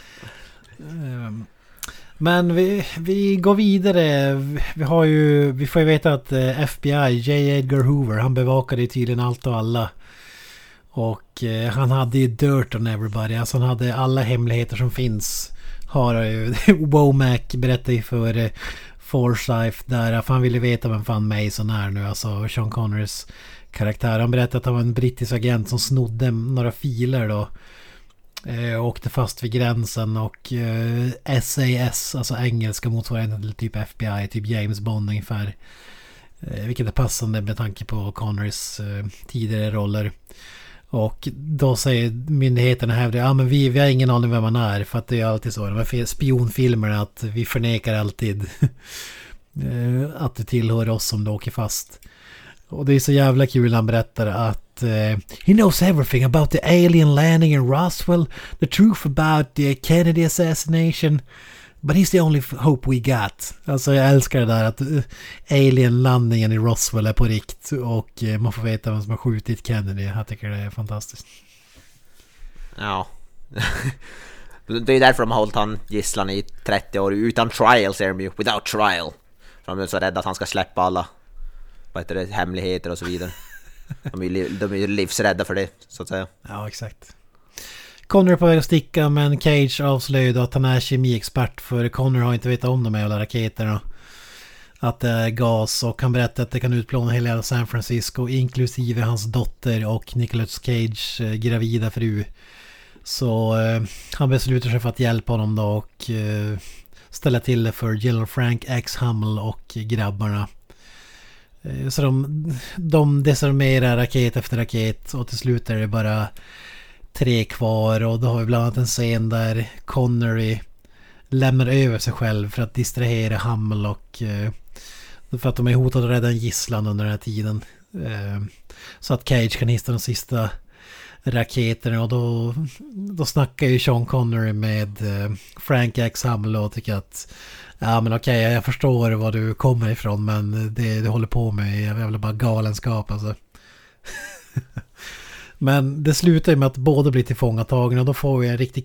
Men vi, vi går vidare. Vi har ju, vi får ju veta att F B I, J. Edgar Hoover, han bevakade tydligen allt och alla. Och eh, han hade ju dirt on everybody. Alltså han hade alla hemligheter som finns. Har ju Womack berättade ju för eh, Forsythe där att han ville veta vem fan Mason är nu. Alltså Sean Connerys karaktär. Han berättade att han var en brittisk agent som snodde några filer då. Eh, åkte fast vid gränsen och eh, S A S, alltså engelska motsvarigheten till typ F B I, typ James Bond ungefär. Eh, vilket är passande med tanke på Connerys eh, tidigare roller. Och då säger myndigheterna hävdar ja men vi, vi har ingen aning vem man är, för att det är alltid så de här spionfilmerna att vi förnekar alltid att det tillhör oss som då åker fast. Och det är så jävla kul när han berättar att uh, he knows everything about the alien landing in Roswell, the truth about the Kennedy assassination, but he's the only hope we got. Alltså jag älskar det där att uh, alien-landningen i Roswell är på rikt och uh, man får veta vem som har skjutit Kennedy. Jag tycker det är fantastiskt. Ja. Det är därför de har hållit han gisslan i trettio år utan trial, säger de ju. Without trial. För de är så rädda att han ska släppa alla, vad heter det, hemligheter och så vidare. De är ju de är livsrädda för det, så att säga. Ja, exakt. Connor är på väg att sticka, men Cage avslöjade att han är kemiexpert, för Connor har inte vetat om de här jävla raketerna. att det är gas, och han berättar att det kan utplåna hela San Francisco, inklusive hans dotter och Nicolas Cage eh, gravida fru. Så eh, han beslutar sig för att hjälpa honom då och eh, ställa till det för General Frank X. Hummel och grabbarna. Eh, så de, de desarmerar raket efter raket, och till slut är det bara tre kvar, och då har vi bland annat en scen där Connery lämnar över sig själv för att distrahera Hummel, och eh, för att de är hotade att rädda en gisslan under den här tiden, eh, så att Cage kan hissa de sista raketerna. Och då, då snackar ju Sean Connery med eh, Frank X. Hummel och tycker att ja men okej, jag förstår var du kommer ifrån, men det du håller på med är väl bara galenskap alltså. Men det slutar ju med att båda blir tillfångatagna, och då får vi en riktig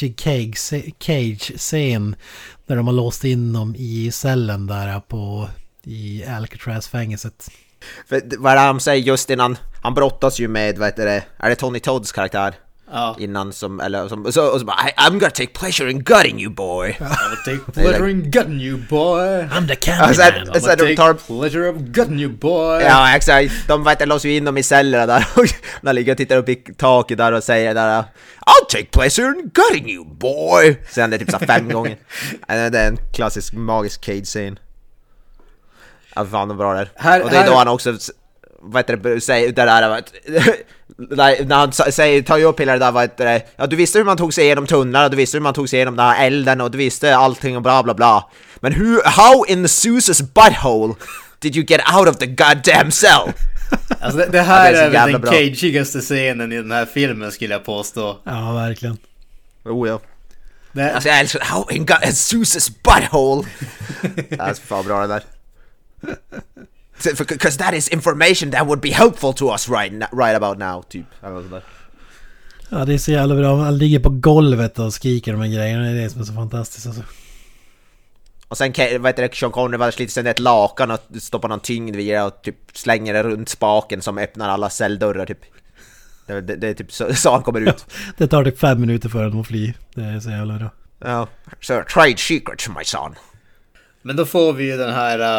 Cage-scen där de har låst in dem i cellen där på i Alcatraz-fängelset. För vad är det han säger just innan, han brottas ju med, vad heter det, är det Tony Todds karaktär? Ja. Innan som, eller som, så, och så bara, I'm gonna take pleasure in gutting you boy. I'm gonna take pleasure in gutting you boy. I'm the Candyman. Alltså, I'm alltså, gonna de take tar, pleasure of gutting you boy. ja exakt, de vet inte, låser ju in dem i cellerna där och när ligger och tittar upp i taket där och säger där, I'll take pleasure in gutting you boy. Sen det typ så fem gånger. Det är en klassisk magisk Cage-scen. Ja fan vad bra där. Här, och det är här... då han också, vad heter det, säger det där när han säger, tar ju upp hela det där, vad heter det, ja du visste hur man tog sig igenom tunnlar, du visste hur man tog sig igenom den här elden, och du visste allting och bla bla bla, men hur, how in the Zeus's butthole did you get out of the goddamn cell? Alltså det, det här ja, det är, är väl den bra. Cageigaste scenen i den här filmen skulle jag påstå. Ja, verkligen. Oh ja. Det... Alltså jag älskar, how in God, Zeus's butthole. Det är så fan bra det där. Because that is information that would be helpful to us right, right about now, typ. Ja, det är så jävla bra. Han ligger på golvet och skriker de här grejerna. Det är det som är så fantastiskt alltså. Och sen, vad heter det, Sean Connery var sliter sen ett lakan och stoppar någon tyngd vid och typ slänger det runt spaken som öppnar alla celldörrar typ. Det, det, det är typ så, så han kommer ut. Det tar typ fem minuter för dem att fly. Det är så jävla bra. Ja, so trade secrets my son. Men då får vi ju den här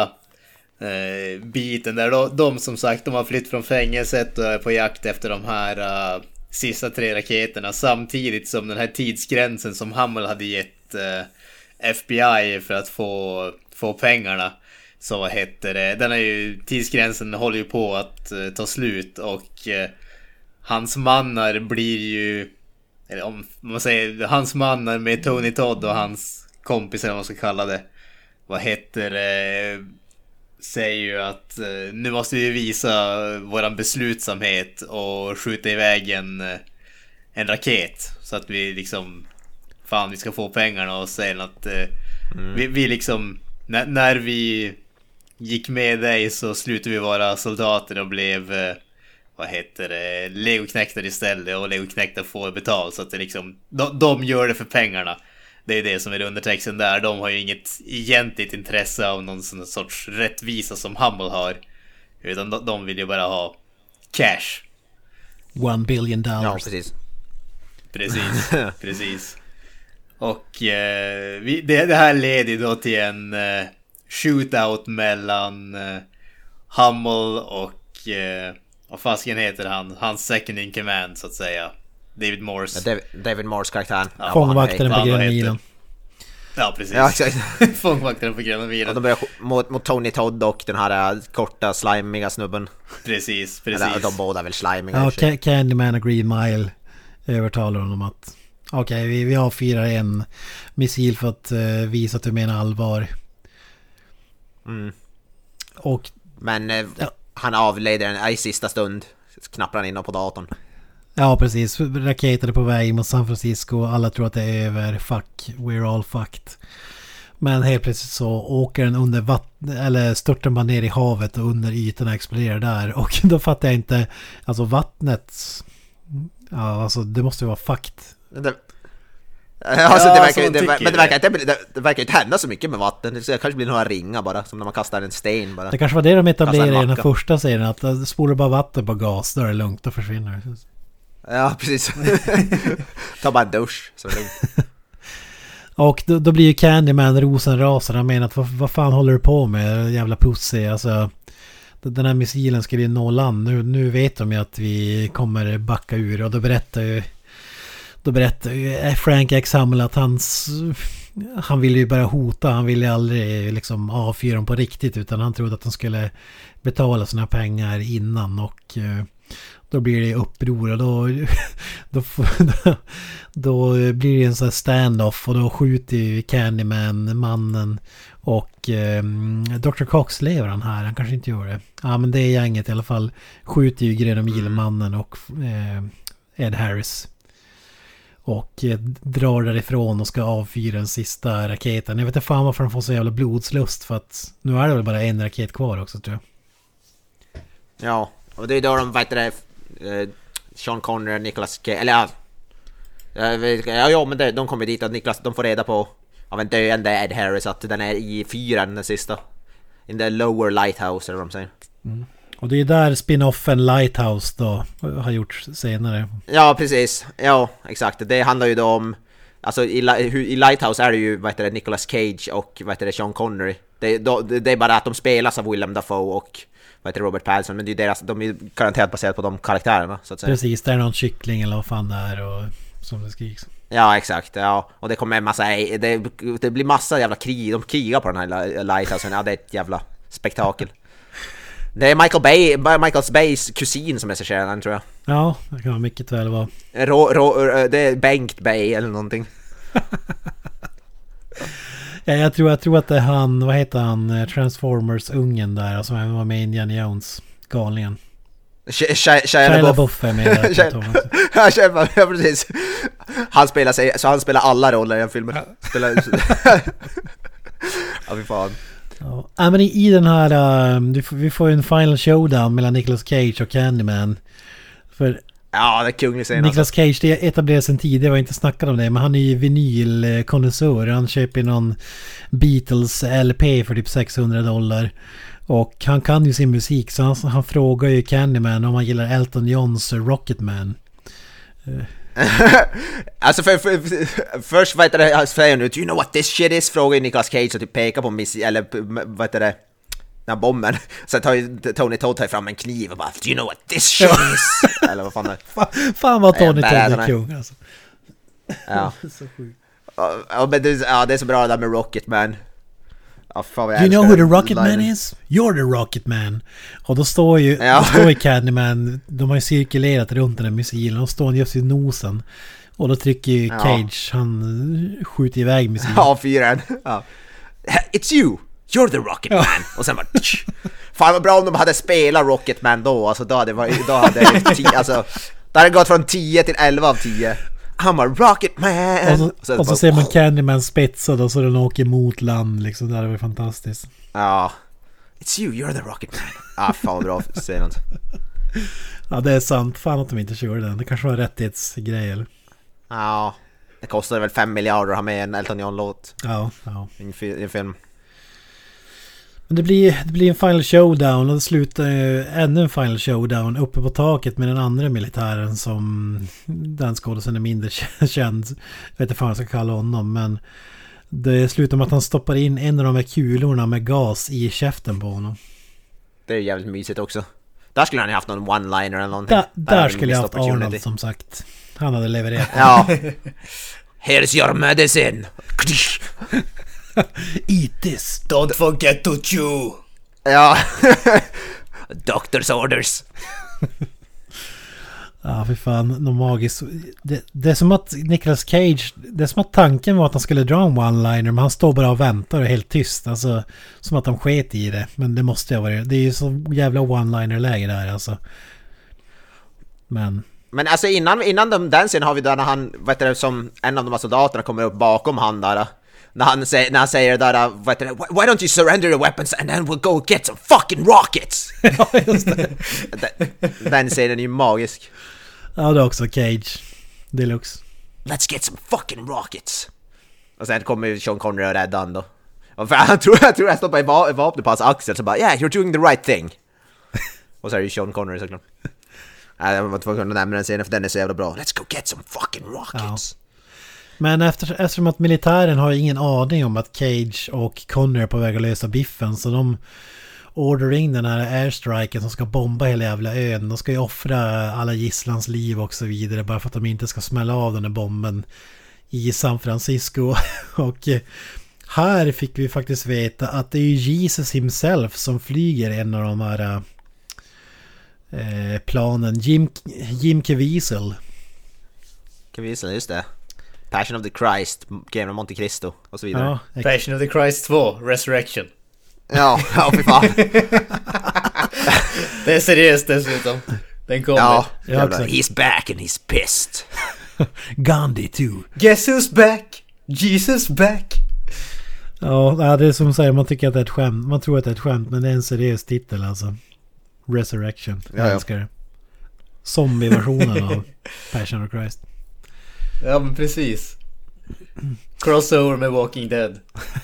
uh, biten där de, de som sagt, de har flytt från fängelset och är på jakt efter de här uh, sista tre raketerna, samtidigt som den här tidsgränsen som Hummel hade gett uh, F B I för att få, få pengarna, så vad heter det, den är ju, tidsgränsen håller ju på att uh, ta slut, och uh, hans mannar blir ju, eller om man säger hans mannar med Tony Todd och hans kompisar, vad man ska kalla det, vad heter det, säger ju att uh, nu måste vi visa våran beslutsamhet och skjuta iväg en, en raket, så att vi liksom, fan vi ska få pengarna, och säger att uh, mm. vi, vi liksom, när, när vi gick med dig så slutade vi vara soldater och blev uh, vad heter det, legoknektar istället, och legoknektar får betalt, så att det liksom, de, de gör det för pengarna. Det är det som är undertexten där. De har ju inget egentligt intresse av någon sån sorts rättvisa som Hummel har, utan de, de vill ju bara ha cash. One billion dollars. Ja, precis. Precis, precis. Och eh, vi, det, det här leder ju då till en eh, shootout mellan eh, Hummel och eh, vad fasken heter han? Hans second in command, så att säga. David Morse. Ja, David, David Morse karaktären. Ja, fångvaktaren på gröna milen. Ja, precis. Ja, exakt. Fångvaktaren på gröna milen. Och de börjar mot, mot Tony Todd och den här uh, korta, slimiga snubben. Precis, precis. Eller, de båda är väl slimiga. Ja, Ca- Candyman och Green Mile övertalar honom att okej, okay, vi, vi avfyrar en missil för att uh, visa att vi menar allvar. Mm. Och Men uh, ja. han avleder en i sista stund. Knappar han in på datorn. Ja, precis. Raketer är på väg mot San Francisco. Alla tror att det är över. Fuck, we're all fucked. Men helt plötsligt så åker den under vatten, eller störtar man ner i havet och under ytan exploderar där. Och då fattar jag inte, alltså vattnet, ja alltså det måste ju vara fucked. Det, alltså, ja, det verkar, det, det, men det verkar, inte, det, det verkar inte hända så mycket med vatten. Det kanske blir några ringar bara, som när man kastar en sten bara. Det kanske var det de etablerade i den här första serien, att spolar bara vatten på gas, då är det lugnt, då försvinner det. Ja, precis. Ta bara en dusch, så är det lugnt. Och då, då blir ju Candyman rosenrasad. Han menar att vad, vad fan håller du på med, jävla pussy? Alltså, den här missilen skulle ju nå land. Nu, nu vet de ju att vi kommer backa ur. Och då berättar ju då berättar ju Frank X. Hamill att hans, han ville ju bara hota. Han ville aldrig liksom avfyra dem på riktigt, utan han trodde att de skulle betala sina pengar innan. Och då blir det uppror och då, då, då, då blir det en sån här stand-off och då skjuter ju Candyman mannen och eh, doktor Cox, lever han här? Han kanske inte gör det. Ja, men det är gänget i alla fall. Skjuter ju Grenomil-mannen och eh, Ed Harris. Och eh, drar därifrån och ska avfyra den sista raketen. Jag vet inte fan varför de får så jävla blodslust, för att nu är det väl bara en raket kvar också, tror jag. Ja, och det är då de vet det Uh, Sean Connery, Nicolas Cage, eller ja, ja, ja men det, de kommer dit och Nicolas, de får reda på av en döende Ed Harris att den är i fyran, den sista, in the lower lighthouse eller vad de säger. Mm. Och det är där spin-offen Lighthouse då har gjorts senare. Ja, precis, ja, exakt, det handlar ju då om, alltså i, i Lighthouse är det ju, vad heter det, Nicolas Cage och vad heter det, Sean Connery. Det, då, det är bara att de spelas av Willem Dafoe och vad heter Robert Pattinson, men det är deras, de är garanterat baserat på de karaktärerna, så att säga. Precis, det är någon kyckling eller vad fan det är och som det skriks. Ja, exakt, ja. Och det kommer en massa, det, det blir massa jävla krig, de krigar på den här Lighthousen, ja, det är ett jävla spektakel. Det är Michael Bay, Michael Bays kusin som är regisseraren, tror jag. Ja, det kan vara mycket väl vara. Rå, rå, det är Bengt Bay eller någonting. Ja, jag tror, jag tror att det är han, vad heter han, Transformers-ungen där, som alltså, var med i Indiana Jones, galningen. Shia LaBeouf är med där. Ja, precis. Han spelar sig, så han spelar alla roller i en film. Spelar... Ja, fy fan. Ja, men i, i den här, uh, vi får ju en final showdown mellan Nicolas Cage och Candyman. För ja, det är kunglig scen. Nicolas Cage, det etablerades sen tidigare, jag var inte snackat om det, men han är ju vinylkonnässör. Han köper någon Beatles L P för typ sexhundra dollar. Och han kan ju sin musik, så han, han frågar ju Candyman om han gillar Elton Johns Rocketman. Alltså för, för, för, först vet du det, säger nu, do you know what this shit is? Frågar ju Nicolas Cage och typ pekar på miss, eller vad heter det, den här bomben. Sen tar ju Tony Todd tar fram en kniv och bara, do you know what this shit is? Eller vad fan är det? Fan, fan vad Tony Todd är kung alltså. Ja. Så sjukt. Ja, men det, ja, det är så bra det där med Rocketman. Ja, fan, you know who the Rocketman is? You're the Rocketman. Och då står ju, ja. Då står ju Candyman, de har ju cirkulerat runt den här missilen och står just i nosen. Och då trycker ju Cage, ja. Han skjuter iväg missilen. Ja, fyran. Ja. It's you! You're the Rocketman. Ja. Och sen bara... Fan vad bra om de hade spelat Rocketman då. Alltså då hade det då hade tio, alltså, det hade gått från tio till elva av tio. I'm a Rocketman. Och så, och så, och så bara, ser man Candyman spetsad och så den åker mot land liksom. Det hade varit fantastiskt. Ja. It's you, you're the Rocketman. Ah, fan vad bra scenen. Ja, det är sant. Fan att de inte kör den. Det kanske var en rättighetsgrej eller? Ja. Det kostar väl fem miljarder att ha med en Elton John-låt. Ja, ja. I en film. Men det blir, det blir en final showdown och det slutar äh, ännu en final showdown uppe på taket med den andra militären som den skådespelaren är mindre känd. Jag vet inte fan vad jag ska kalla honom, men det slutar med att han stoppar in en av de här kulorna med gas i käften på honom. Det är jävligt mysigt också. Där skulle han ha haft någon one-liner eller någonting. Da, där, där skulle jag haft Arnold som sagt. Han hade levererat. Ja. Here's your medicine. Eat this. Don't forget to chew. Ja. Doctor's orders. Ja, för fan, något magiskt. Det, det är som att Nicolas Cage, det är som att tanken var att han skulle dra en one-liner, men han står bara och väntar och är helt tyst. Alltså, som att de sket i det. Men det måste jag vara. Det är ju så jävla one-liner-läge där, alltså. Men... Men alltså innan, innan de, den scenen har vi där när han, vet du, som en av de här soldaterna kommer upp bakom han där. När han, säger, när han säger där, vet du, why don't you surrender the weapons and then we'll go get some fucking rockets. Ja, just det. den, den scenen är ju magisk. Ja, det är också Cage Deluxe. Let's get some fucking rockets. Och sen kommer ju Sean Connery och rädda han då. Och för han tror, jag tror jag stoppar i vapnet på hans axel så bara, yeah, you're doing the right thing. Och så är det ju Sean Connery såklart. Jag var tvungen att nämna den scenen för den är så jävla bra. Let's go get some fucking rockets. Ja. Men efter, eftersom att militären har ingen aning om att Cage och Connor är på väg att lösa biffen, så de order in den här airstriken som ska bomba hela jävla ön. De ska ju offra alla gisslans liv och så vidare bara för att de inte ska smälla av den här bomben i San Francisco. Och här fick vi faktiskt veta att det är Jesus himself som flyger en av de här eh, planen. Jim, Jim Caviezel. Caviezel, just det. Passion of the Christ, Game of Monte Cristo och så vidare. Ja, Passion of the Christ två, Resurrection. Ja, ja för fan. Det är seriöst dessutom. Den kommer. Ja, ja, he's back and he's pissed. Gandhi too. Guess who's back? Jesus back. Ja, det är som säger, man tycker att det är ett skämt. Man tror att det är ett skämt, men det är en seriös titel alltså. Resurrection. Jag ja, ja. älskar det. Zombie-versionen av Passion of Christ. Ja, men precis. Crossover med Walking Dead.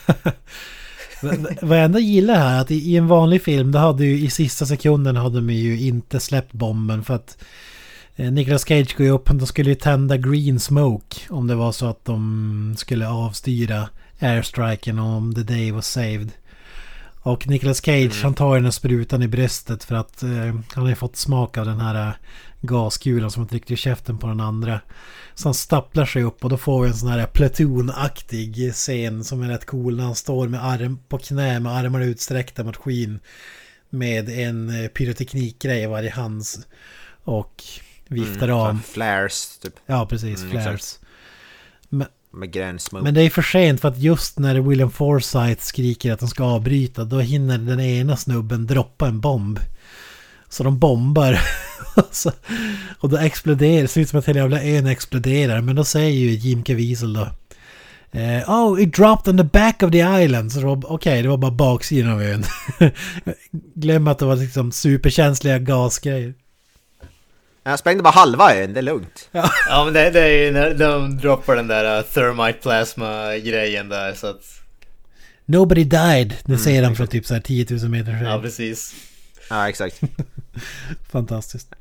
Vad jag ändå gillar här, att i, i en vanlig film, då hade ju i sista sekunden hade de ju inte släppt bomben för att eh, Nicolas Cage går ju upp, de skulle ju tända green smoke om det var så att de skulle avstyra airstriken om the day was saved. Och Nicolas Cage, mm. han tar den här sprutan i bröstet för att eh, han har fått smak av den här eh, gaskulan som han tryckte i käften på den andra. Så han stapplar sig upp och då får vi en sån här platoon-aktig scen som är rätt cool när han står med arm på knä med armarna utsträckta mot skyn med en pyroteknikgrej i varje hands och viftar mm, av. Flares typ. Ja, precis. Mm, flares. Men, med grön smoke. men det är för sent för att just när William Forsythe skriker att de ska avbryta, då hinner den ena snubben droppa en bomb. Så de bombar. Och då exploderar. Det ser ut som att hela jävla ön exploderar. Men då säger ju Jim Caviezel då eh, Oh, it dropped on the back of the island. Så okej, okay, det var bara baksidan av ön. Glöm att det var liksom superkänsliga gasgrejer. Jag sprängde bara halva ön, det är lugnt. Ja, ja men det, det är ju när de droppar den där uh, thermite plasma grejen där så att Nobody died. Det säger mm, de från typ så här tio tusen meter. Ja, precis. Ja, exakt. Fantastiskt.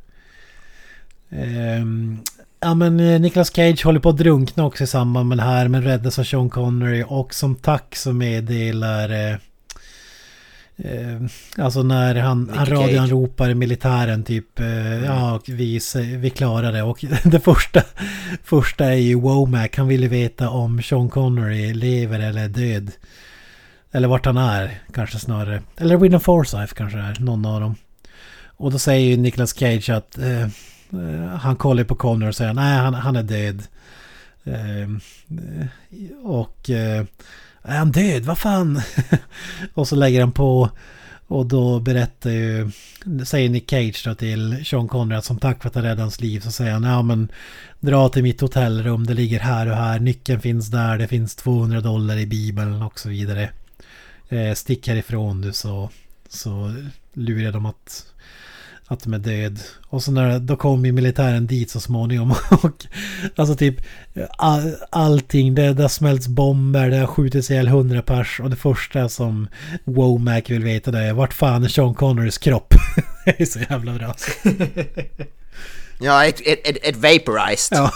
Um, ja, men Nicolas Cage håller på att drunkna också i samband med det här, men räddas av Sean Connery, och som tack så meddelar eh, eh, alltså när han, han radion ropar militären typ eh, mm. ja, vi, vi klarar det, och det första första är ju Womack, han ville veta om Sean Connery lever eller är död. Eller vart han är, kanske snarare. Eller William Forsythe kanske är, någon av dem. Och då säger ju Nicolas Cage att eh, eh, han kollar på Connor och säger nej, han, han är död. Eh, och eh, är han död? Vad fan? Och så lägger han på, och då berättar ju, säger Nick Cage då till Sean Connery att som tack för att han räddade hans liv, så säger han ja men dra till mitt hotellrum, det ligger här och här, nyckeln finns där, det finns tvåhundra dollar i bibeln och så vidare. Stick härifrån du, så, så lurar de att, att de är död. Och så när, då kommer ju militären dit så småningom. Och alltså typ all, allting, det, det har smälts bomber, det har skjutits ihjäl hundra pers, och det första som Womack vill veta det är vart fan är Sean Connerys kropp? Det är så jävla bra. Ja, ett, ett, ett, ett vaporized. Ja.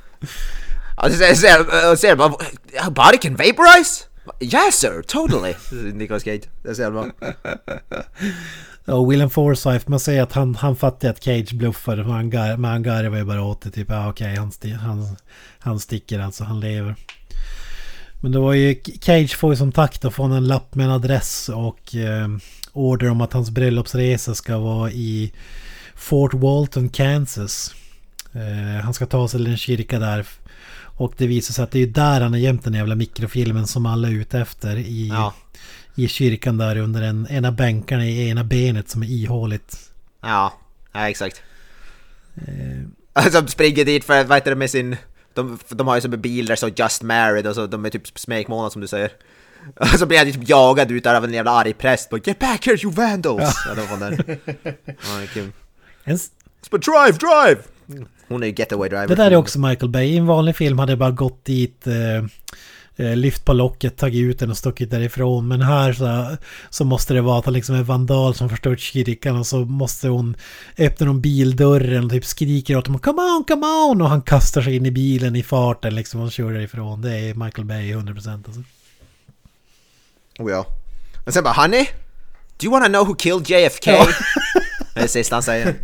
Jag ser bara, body can vaporize? Yes sir, totally. Nicolas Cage, det ser man. Och William Forsythe, man säger att han, han fattar att Cage bluffar, men han, gar, men han garvar ju bara åt det, typ ja, okej, okay, han, sti, han, han sticker alltså, han lever. Men då var ju Cage får ju som tack då få en lapp med en adress och eh, order om att hans bröllopsresa ska vara i Fort Walton, Kansas. Eh, han ska ta sig till en kyrka där. Och det visar sig att det är där han har gömt den jävla mikrofilmen som alla är ute efter i, ja. i kyrkan där under en, ena bänkarna i ena benet som är ihåligt. Ja, ja exakt. Eh. Alltså springer dit för att, vad heter det med sin... De, de har ju som en bil där så just married och så de är typ smekmånad som du säger. Och så blir jag typ jagad ut där av en jävla arg präst på get back here you vandals. Ja, ja de var där. Ja, det är kul. Ens... But drive, drive! Hon är ju getaway driver. Det där är också Michael Bay. I en vanlig film hade jag bara gått dit eh, eh, lyft på locket, tagit ut den och stuckit därifrån. Men här så, så måste det vara att han liksom är vandal som förstört kyrkan, och så måste hon öppna någon bildörren och typ skriker åt honom come on, come on, och han kastar sig in i bilen i farten liksom och kör därifrån. Det är Michael Bay hundra procent alltså. Oh ja. Men sen bara, honey, do you wanna know who killed J F K? Ja. Det är det sista han säger.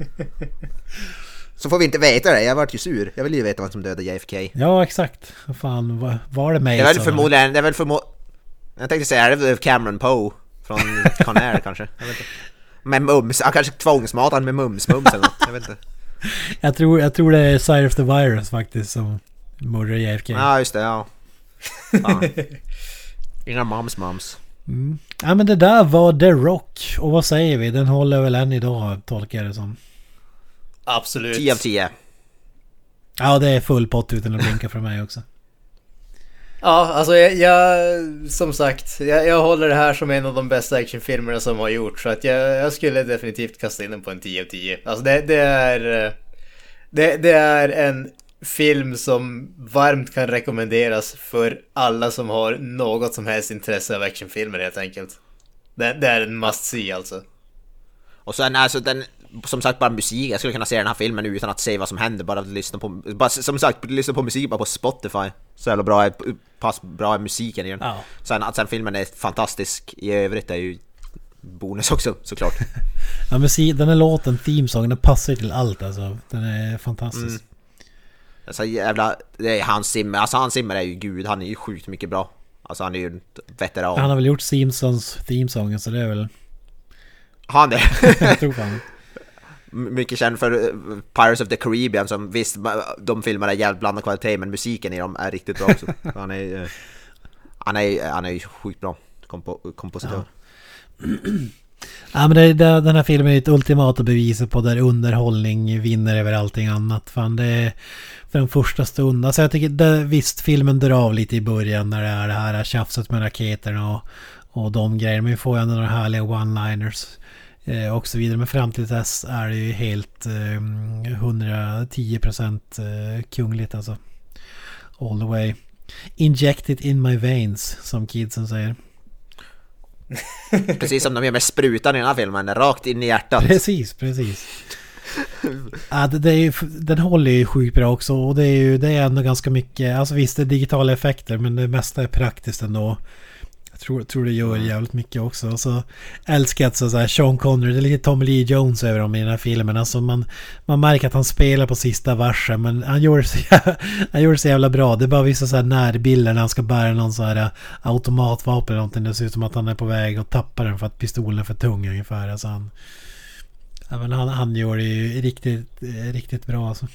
Så får vi inte veta det, jag vart ju sur. Jag vill ju veta vad som dödade J F K. Ja, exakt. Vad fan, var, var det mig? Det är väl förmodligen, det är väl förmodligen... Jag tänkte säga, är det Cameron Poe från Con Air kanske? Jag vet inte. Med mums, ja, kanske tvångsmatan med mums, mums eller något, jag vet inte. Jag tror, jag tror det är Cyrus the Virus faktiskt som mördar J F K. Ja, just det, ja. Fan. Inga moms, moms. Mm. Ja, men det där var The Rock. Och vad säger vi? Den håller väl än idag, tolkar jag det som. Absolut. tio av tio. Ja, det är full pott utan att blinka för mig också. Ja, alltså jag, jag som sagt, jag, jag håller det här som en av de bästa actionfilmerna som har gjorts. Så att jag, jag skulle definitivt kasta in den på en tio av tio. Alltså det, det är det, det är en film som varmt kan rekommenderas för alla som har något som helst intresse av actionfilmer helt enkelt. Det, det är en must see alltså. Och sen alltså den, som sagt, bara musik. Jag skulle kunna se den här filmen utan att se vad som händer, bara att lyssna på, bara, som sagt, lyssna på musik bara på Spotify. Så jävla bra, pass bra är musiken i den. Ja. Sen att sen filmen är fantastisk i övrigt är ju bonus också, såklart. Ja, musik, den här låten, themesången, den passar till allt alltså. Den är fantastisk. Mm. Alltså jävla, det är Hans Zimmer, alltså Hans Zimmer är ju gud, han är ju sjukt mycket bra. Alltså han är ju en veteran. Han har väl gjort Simpsons themesången, så det är väl... Han det? Jag tror fan. Mycket känd för Pirates of the Caribbean, som visst, de filmerna är jävligt blandad kvalitet, men musiken i dem är riktigt bra också. Han är han är han är ju sjukt bra kompo, kompositör. Ja. Ja, men det, det, den här filmen är ett ultimata bevis på där underhållning vinner över allting annat. Fan, det är för den första stunden. Alltså jag tycker, det, visst, filmen drar av lite i början när det är det här tjafset med raketerna och, och de grejer. Men vi får ju ändå några härliga one-liners eh, och så vidare. Men fram till dess är det ju helt eh, hundratio procent eh, kungligt alltså. All the way. Inject it in my veins, som kidsen säger. Precis som de gör med sprutan i den här filmen, rakt in i hjärtat. Precis, precis. Ja, det, det är ju, den håller ju sjukt bra också. Och det är ju det är ändå ganska mycket. Alltså visst, det är digitala effekter, men det mesta är praktiskt ändå. Jag tror, tror det gör jävligt mycket också. Och så älskar jag så här Sean Connery, det är lite Tommy Lee Jones över dem i den här filmen. Alltså man, man märker att han spelar på sista versen, men han gör det så jävla, han gör det så jävla bra. Det är bara vissa så här närbilder när han ska bära någon så här automatvapen eller någonting. Det ser ut som att han är på väg att tappa den för att pistolen är för tung ungefär. Alltså han, ja, men han, han gör det ju riktigt, riktigt bra alltså.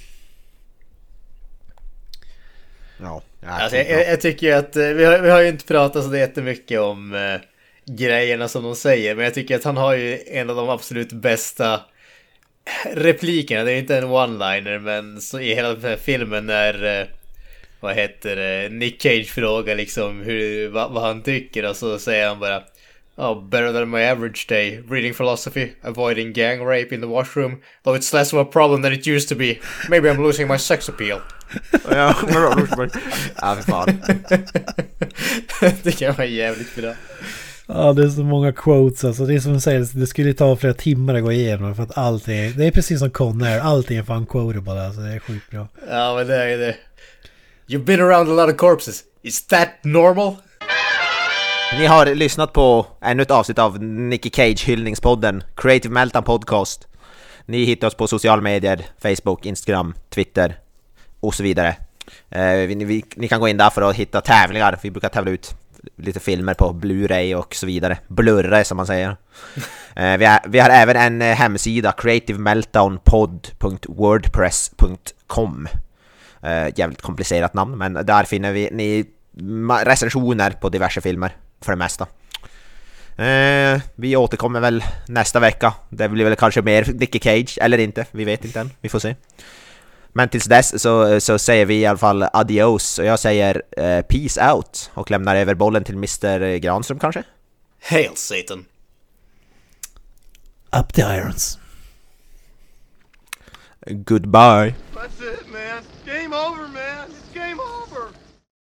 Ja, alltså, jag, jag tycker ju att vi har, vi har ju inte pratat så jättemycket om eh, grejerna som de säger, men jag tycker att han har ju en av de absolut bästa replikerna. Det är inte en one-liner, men så i hela den här filmen när eh, vad heter det, Nick Cage frågar liksom hur, vad, vad han tycker, och så säger han bara oh, better than my average day. Reading philosophy, avoiding gang rape in the washroom, though it's less of a problem than it used to be. Maybe I'm losing my sex appeal. Ja, ja, för fan. Det kan vara jävligt bra. Ja, det är så många quotes alltså. Det är som du säger, det skulle ta flera timmar att gå igenom för att allt är, det är precis som Con Air, allting är fan quotable alltså. Det är sjukt bra. Ja, men det är det. You've been around a lot of corpses. Is that normal? Ni har lyssnat på ännu ett avsnitt av Nicky Cage hyllningspodden, Creative Meltdown Podcast. Ni hittar oss på sociala medier, Facebook, Instagram, Twitter och så vidare. Eh, vi, vi, ni kan gå in där för att hitta tävlingar. Vi brukar tävla ut lite filmer på Blu-ray och så vidare. Blurra som man säger. Eh, vi, har, vi har även en eh, hemsida, creative meltdown pod punkt wordpress punkt com. Eh, jävligt komplicerat namn, men där finner vi ni recensioner på diverse filmer för det mesta. Eh, vi återkommer väl nästa vecka. Det blir väl kanske mer Nicky Cage eller inte, vi vet inte än, vi får se. Men tills dess så, så säger vi i alla fall adios, och jag säger eh, peace out och lämnar över bollen till mister Granström kanske. Hail Satan. Up the irons. Goodbye. That's it, man. Game over, man. It's game over.